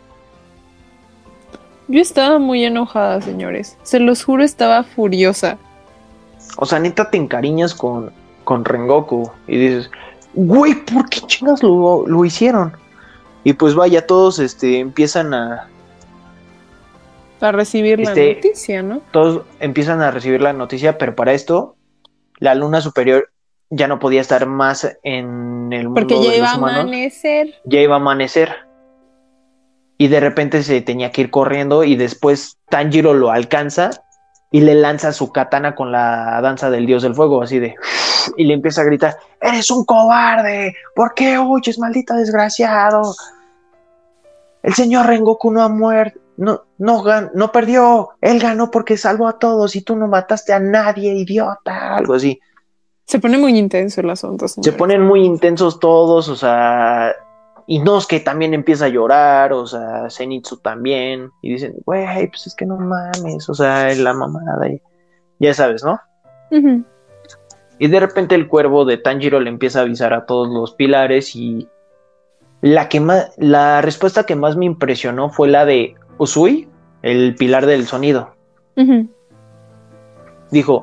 Yo estaba muy enojada, señores. Se los juro, estaba furiosa. O sea, neta te encariñas con, con Rengoku y dices, güey, ¿por qué chingas lo, lo hicieron? Y pues vaya, todos este, empiezan a... A recibir este, la noticia, ¿no? Todos empiezan a recibir la noticia, pero para esto, la luna superior ya no podía estar más en el mundo Porque ya de iba los a humanos. amanecer. Ya iba a amanecer. Y de repente se tenía que ir corriendo y después Tanjiro lo alcanza y le lanza su katana con la danza del dios del fuego, así de... Y le empieza a gritar, ¡eres un cobarde! ¿Por qué huyes, maldito desgraciado? El señor Rengoku no ha muerto, no, no, gan no perdió, él ganó porque salvó a todos y tú no mataste a nadie, idiota, algo así. Se pone muy intenso el asunto, señores. Se ponen muy intensos todos, o sea... Inosuke también empieza a llorar, o sea, Zenitsu también, y dicen, güey, pues es que no mames, o sea, la mamada, y ya sabes, ¿no? Uh-huh. Y de repente el cuervo de Tanjiro le empieza a avisar a todos los pilares, y la, que más, la respuesta que más me impresionó fue la de Usui, el pilar del sonido. Uh-huh. Dijo,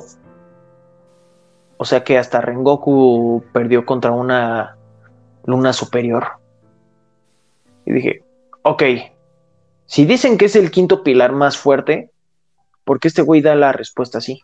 o sea que hasta Rengoku perdió contra una luna superior. Y dije, ok, si dicen que es el quinto pilar más fuerte, ¿por qué este güey da la respuesta así?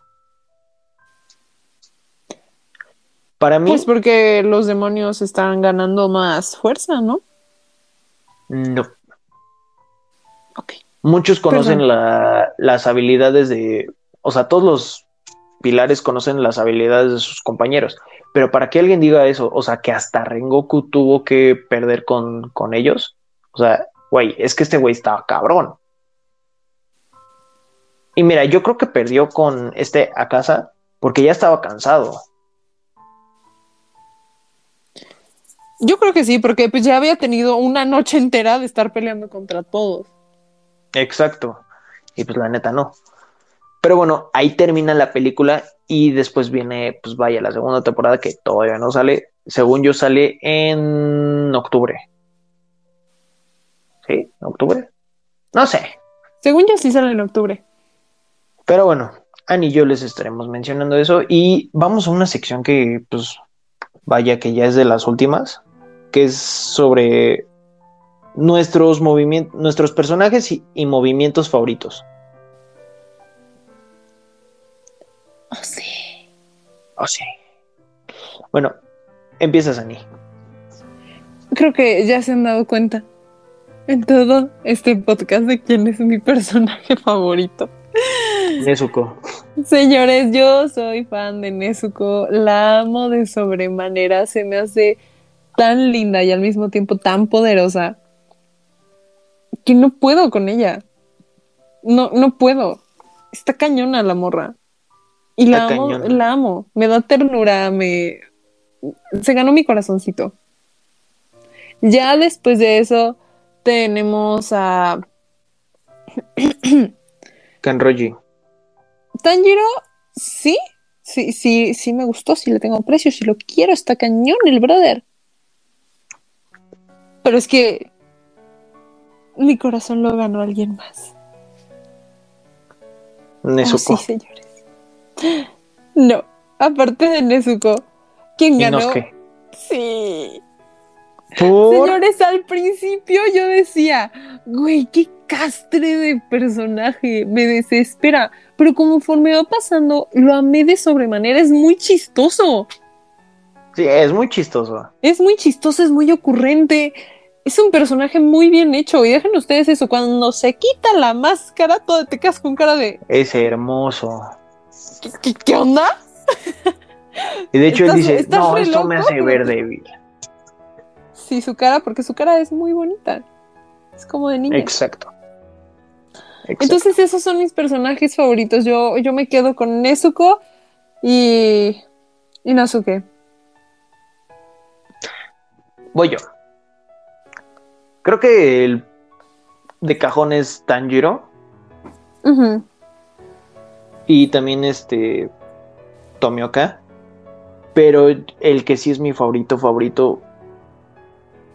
Para mí... Pues porque los demonios están ganando más fuerza, ¿no? No. Ok. Muchos conocen la, las habilidades de... O sea, todos los pilares conocen las habilidades de sus compañeros. Pero para que alguien diga eso, o sea, que hasta Rengoku tuvo que perder con, con ellos, o sea... Güey, es que este güey estaba cabrón. Y mira, yo creo que perdió con este Akaza porque ya estaba cansado. Yo creo que sí, porque pues ya había tenido una noche entera de estar peleando contra todos. Exacto. Y pues la neta no. Pero bueno, ahí termina la película y después viene, pues vaya, la segunda temporada que todavía no sale. Según yo sale en octubre. ¿Sí? ¿Octubre? No sé. Según yo sí sale en octubre. Pero bueno, Annie y yo les estaremos mencionando eso. Y vamos a una sección que, pues, vaya que ya es de las últimas. Que es sobre nuestros movimientos, nuestros personajes y, y movimientos favoritos. Oh, sí. Oh, sí. Bueno, empiezas, Annie. Creo que ya se han dado cuenta en todo este podcast de quién es mi personaje favorito. Nezuko. Señores, yo soy fan de Nezuko, la amo de sobremanera, se me hace tan linda y al mismo tiempo tan poderosa que no puedo con ella. No, no puedo. Está cañona la morra. Y la Está amo, cañona. la amo. Me da ternura, me... Se ganó mi corazoncito. Ya después de eso tenemos a Kanroji. Tanjiro, sí, sí, sí, sí me gustó, sí le tengo precio, sí lo quiero, está cañón el brother. Pero es que mi corazón lo ganó alguien más. Nezuko. Oh, sí, señores. No, aparte de Nezuko, ¿quién ganó? Inosuke. Sí. ¿Por? Señores, al principio yo decía, güey, qué castre de personaje, me desespera. Pero conforme va pasando, lo amé de sobremanera, es muy chistoso. Sí, es muy chistoso. Es muy chistoso, es muy ocurrente. Es un personaje muy bien hecho. Y dejen ustedes eso, cuando se quita la máscara, todo te quedas con cara de... Es hermoso. ¿Qué, qué, qué onda? Y de hecho él ¿Estás- dice, estás no, re esto me loco? hace ver débil. Sí, su cara, porque su cara es muy bonita. Es como de niña. Exacto. Exacto. Entonces esos son mis personajes favoritos. Yo, yo me quedo con Nezuko y Inosuke. Voy yo. Creo que el de cajón es Tanjiro. Uh-huh. Y también este Tomioka. Pero el que sí es mi favorito, favorito,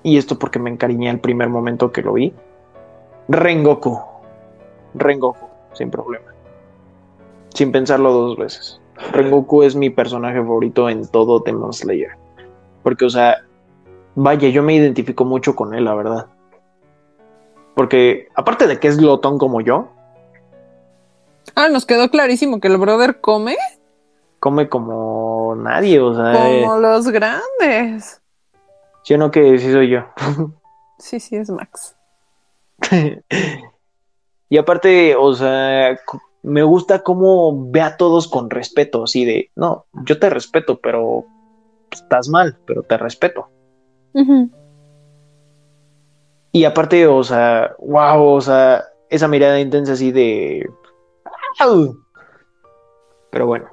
y esto porque me encariñé al primer momento que lo vi, Rengoku. Rengoku, sin problema. Sin pensarlo dos veces. Rengoku es mi personaje favorito en todo Demon Slayer. Porque, o sea, vaya, yo me identifico mucho con él, la verdad. Porque, aparte de que es glotón como yo, Ah, nos quedó clarísimo que el brother come come como nadie, o sea, como eh, los grandes. yo no que sí soy yo. Sí, sí, es Max. Y aparte, o sea, cu- me gusta cómo ve a todos con respeto, así de, no, yo te respeto, pero estás mal, pero te respeto. Ujú. Y aparte, o sea, wow, o sea, esa mirada intensa así de... ¡Au! Pero bueno,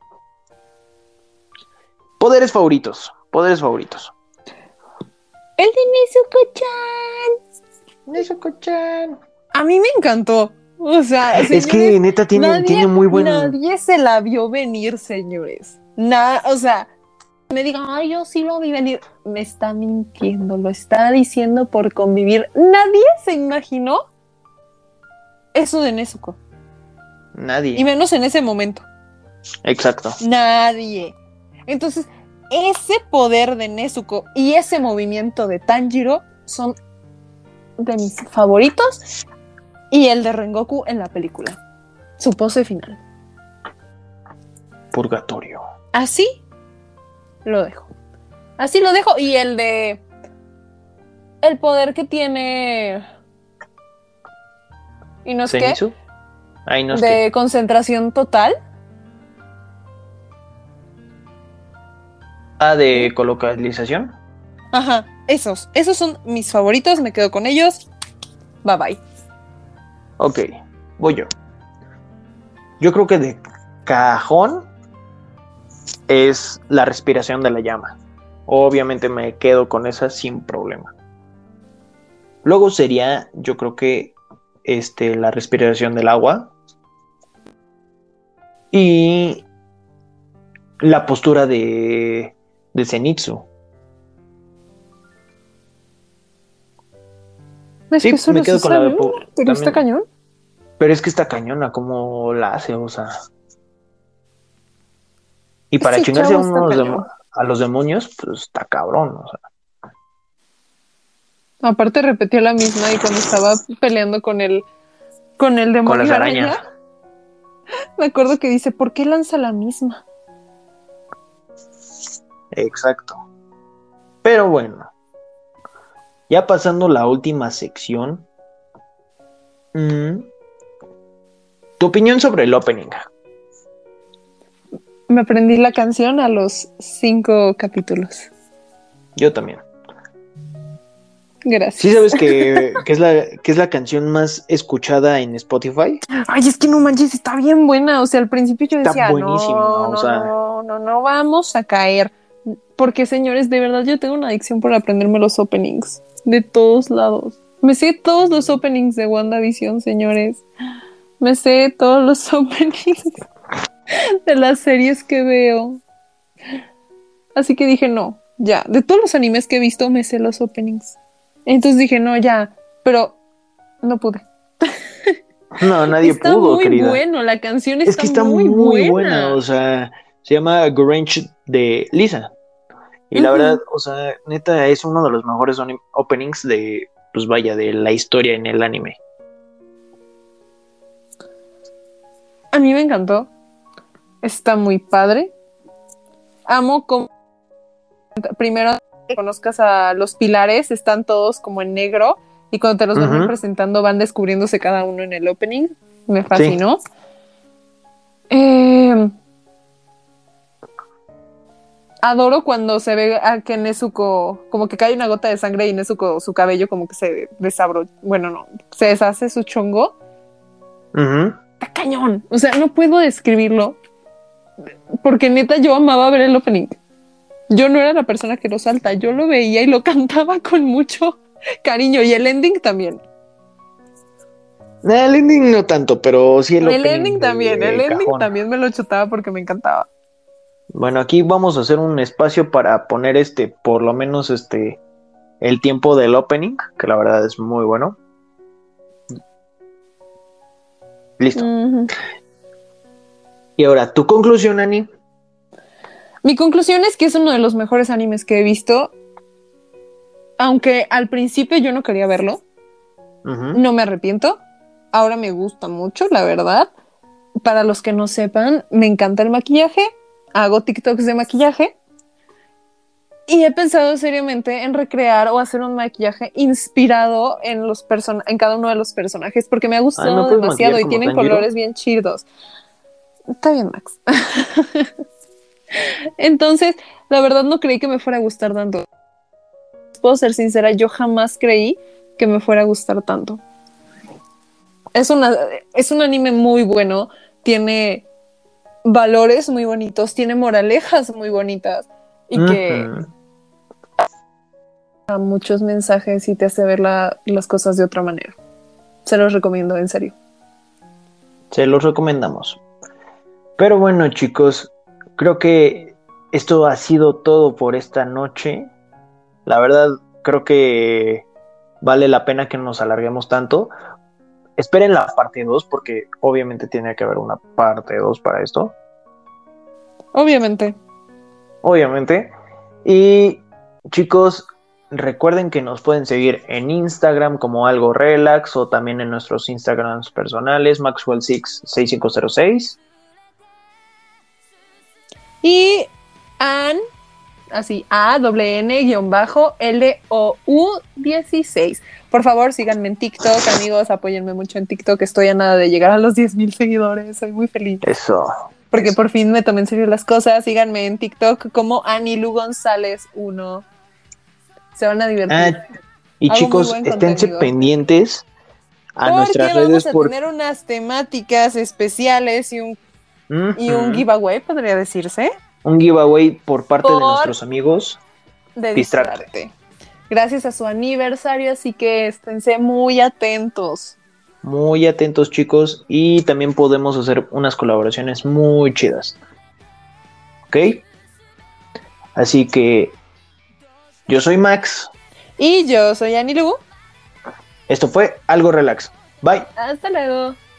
poderes favoritos, poderes favoritos. El de Nezuko-chan. Nezuko-chan. A mí me encantó. O sea, Es que señores, neta tiene, nadie, tiene muy buen... nadie se la vio venir, señores. Nada, o sea, me digan, ay, yo sí lo vi venir. Me está mintiendo, lo está diciendo por convivir. Nadie se imaginó eso de Nezuko. Y Nadie. menos en ese momento. Exacto. Nadie. Entonces, ese poder de Nezuko y ese movimiento de Tanjiro son de mis favoritos. Y el de Rengoku en la película. Su pose final. Purgatorio. Así lo dejo. Así lo dejo. Y el de... El poder que tiene... ¿Y no es qué? ¿Zenitsu? Ay, no es De que... concentración total. Ah, de colocalización. Ajá. Esos. Esos son mis favoritos. Me quedo con ellos. Bye bye. Ok, voy yo. Yo creo que de cajón es la respiración de la llama. Obviamente me quedo con esa sin problema. Luego sería, yo creo que este, la respiración del agua. Y la postura de, de Zenitsu. Es Sí, que solo me quedo se con la sabe de po- una, pero también. está cañón. Pero es que está cañona, ¿cómo la hace? O sea. Y para Ese chingarse a, chavo está unos cañón. dem- a los demonios, pues está cabrón. O sea. Aparte repetía la misma y cuando estaba peleando con el con el Con las demonio arañas. araña, me acuerdo que dice, ¿por qué lanza la misma? Exacto. Pero bueno. Ya pasando la última sección. mm, tu opinión sobre el opening. Me aprendí la canción a los cinco capítulos. Yo también. Gracias. ¿Sí sabes que, que es la, que es la canción más escuchada en Spotify? Ay, es que no manches, está bien buena. O sea, al principio yo Está decía, buenísimo, no, o no, sea. no, no, no vamos a caer. Porque, señores, de verdad yo tengo una adicción por aprenderme los openings. De todos lados. Me sé todos los openings de WandaVision, señores. Me sé todos los openings de las series que veo. Así que dije, no, ya. De todos los animes que he visto, me sé los openings. Entonces dije, no, ya. Pero no pude. No, nadie Está pudo, muy querida. bueno, la canción está, Es que está muy, muy, buena. buena. O sea, se llama Grange de Lisa. Y la Ujú. verdad, o sea, neta, es uno de los mejores oni- openings de, pues vaya, de la historia en el anime. A mí me encantó. Está muy padre. Amo como primero que conozcas a los pilares, están todos como en negro y cuando te los van Ujú. presentando van descubriéndose cada uno en el opening. Me fascinó. Eh, adoro cuando se ve a que Nezuko, como que cae una gota de sangre y Nezuko, su cabello como que se desabro, bueno, no, se deshace su chongo. Ujú. Está cañón. O sea, no puedo describirlo porque neta yo amaba ver el opening. Yo no era la persona que lo salta, yo lo veía y lo cantaba con mucho cariño y el ending también. El ending no tanto, pero sí el, El opening ending de también, el ending cajón. también me lo chutaba porque me encantaba. Bueno, aquí vamos a hacer un espacio para poner este, por lo menos este, el tiempo del opening, que la verdad es muy bueno. Listo. Ujú. Y ahora, ¿tu conclusión, Ani? Mi conclusión es que es uno de los mejores animes que he visto. Aunque al principio yo no quería verlo, Uh-huh. no me arrepiento. Ahora me gusta mucho, la verdad. Para los que no sepan, me encanta el maquillaje. Hago TikToks de maquillaje. Y he pensado seriamente en recrear o hacer un maquillaje inspirado en los person- en cada uno de los personajes, porque me ha Ay, ¿me gustado puedes demasiado maquillar y como tienen Tanjiro? colores bien chidos. Está bien, Max. Entonces, la verdad no creí que me fuera a gustar tanto. Puedo ser sincera, yo jamás creí que me fuera a gustar tanto. Es una, es un anime muy bueno, tiene valores muy bonitos, tiene moralejas muy bonitas y que Uh-huh. da muchos mensajes y te hace ver la, las cosas de otra manera. Se los recomiendo, en serio. Se los recomendamos. Pero bueno, chicos, creo que esto ha sido todo por esta noche. La verdad, creo que vale la pena que nos alarguemos tanto. Esperen la parte dos porque obviamente tiene que haber una parte dos para esto. Obviamente. Obviamente. Y chicos, recuerden que nos pueden seguir en Instagram como algo relax o también en nuestros Instagrams personales, Maxwell six seis cinco cero seis. Y An, así, A, W N, guión bajo, L, O, U, dieciséis. Por favor, síganme en TikTok, amigos, apóyenme mucho en TikTok. Estoy a nada de llegar a los diez mil seguidores, soy muy feliz. Eso. Porque eso. por fin me tomé en serio las cosas. Síganme en TikTok como Anilu González uno. Se van a divertir. Ah, y Hago muy chicos, buen esténse contenido. pendientes a nuestras Porque redes vamos a por... tener unas temáticas especiales y un, y un Ujú. giveaway, podría decirse, Un giveaway por parte de Por- nuestros amigos. de Distracte. Distracte. Gracias a su aniversario, así que esténse muy atentos. Muy atentos, chicos, y también podemos hacer unas colaboraciones muy chidas. ¿Ok? Así que yo soy Max. Y yo soy Anilu. Esto fue Algo Relax. Bye. Hasta luego.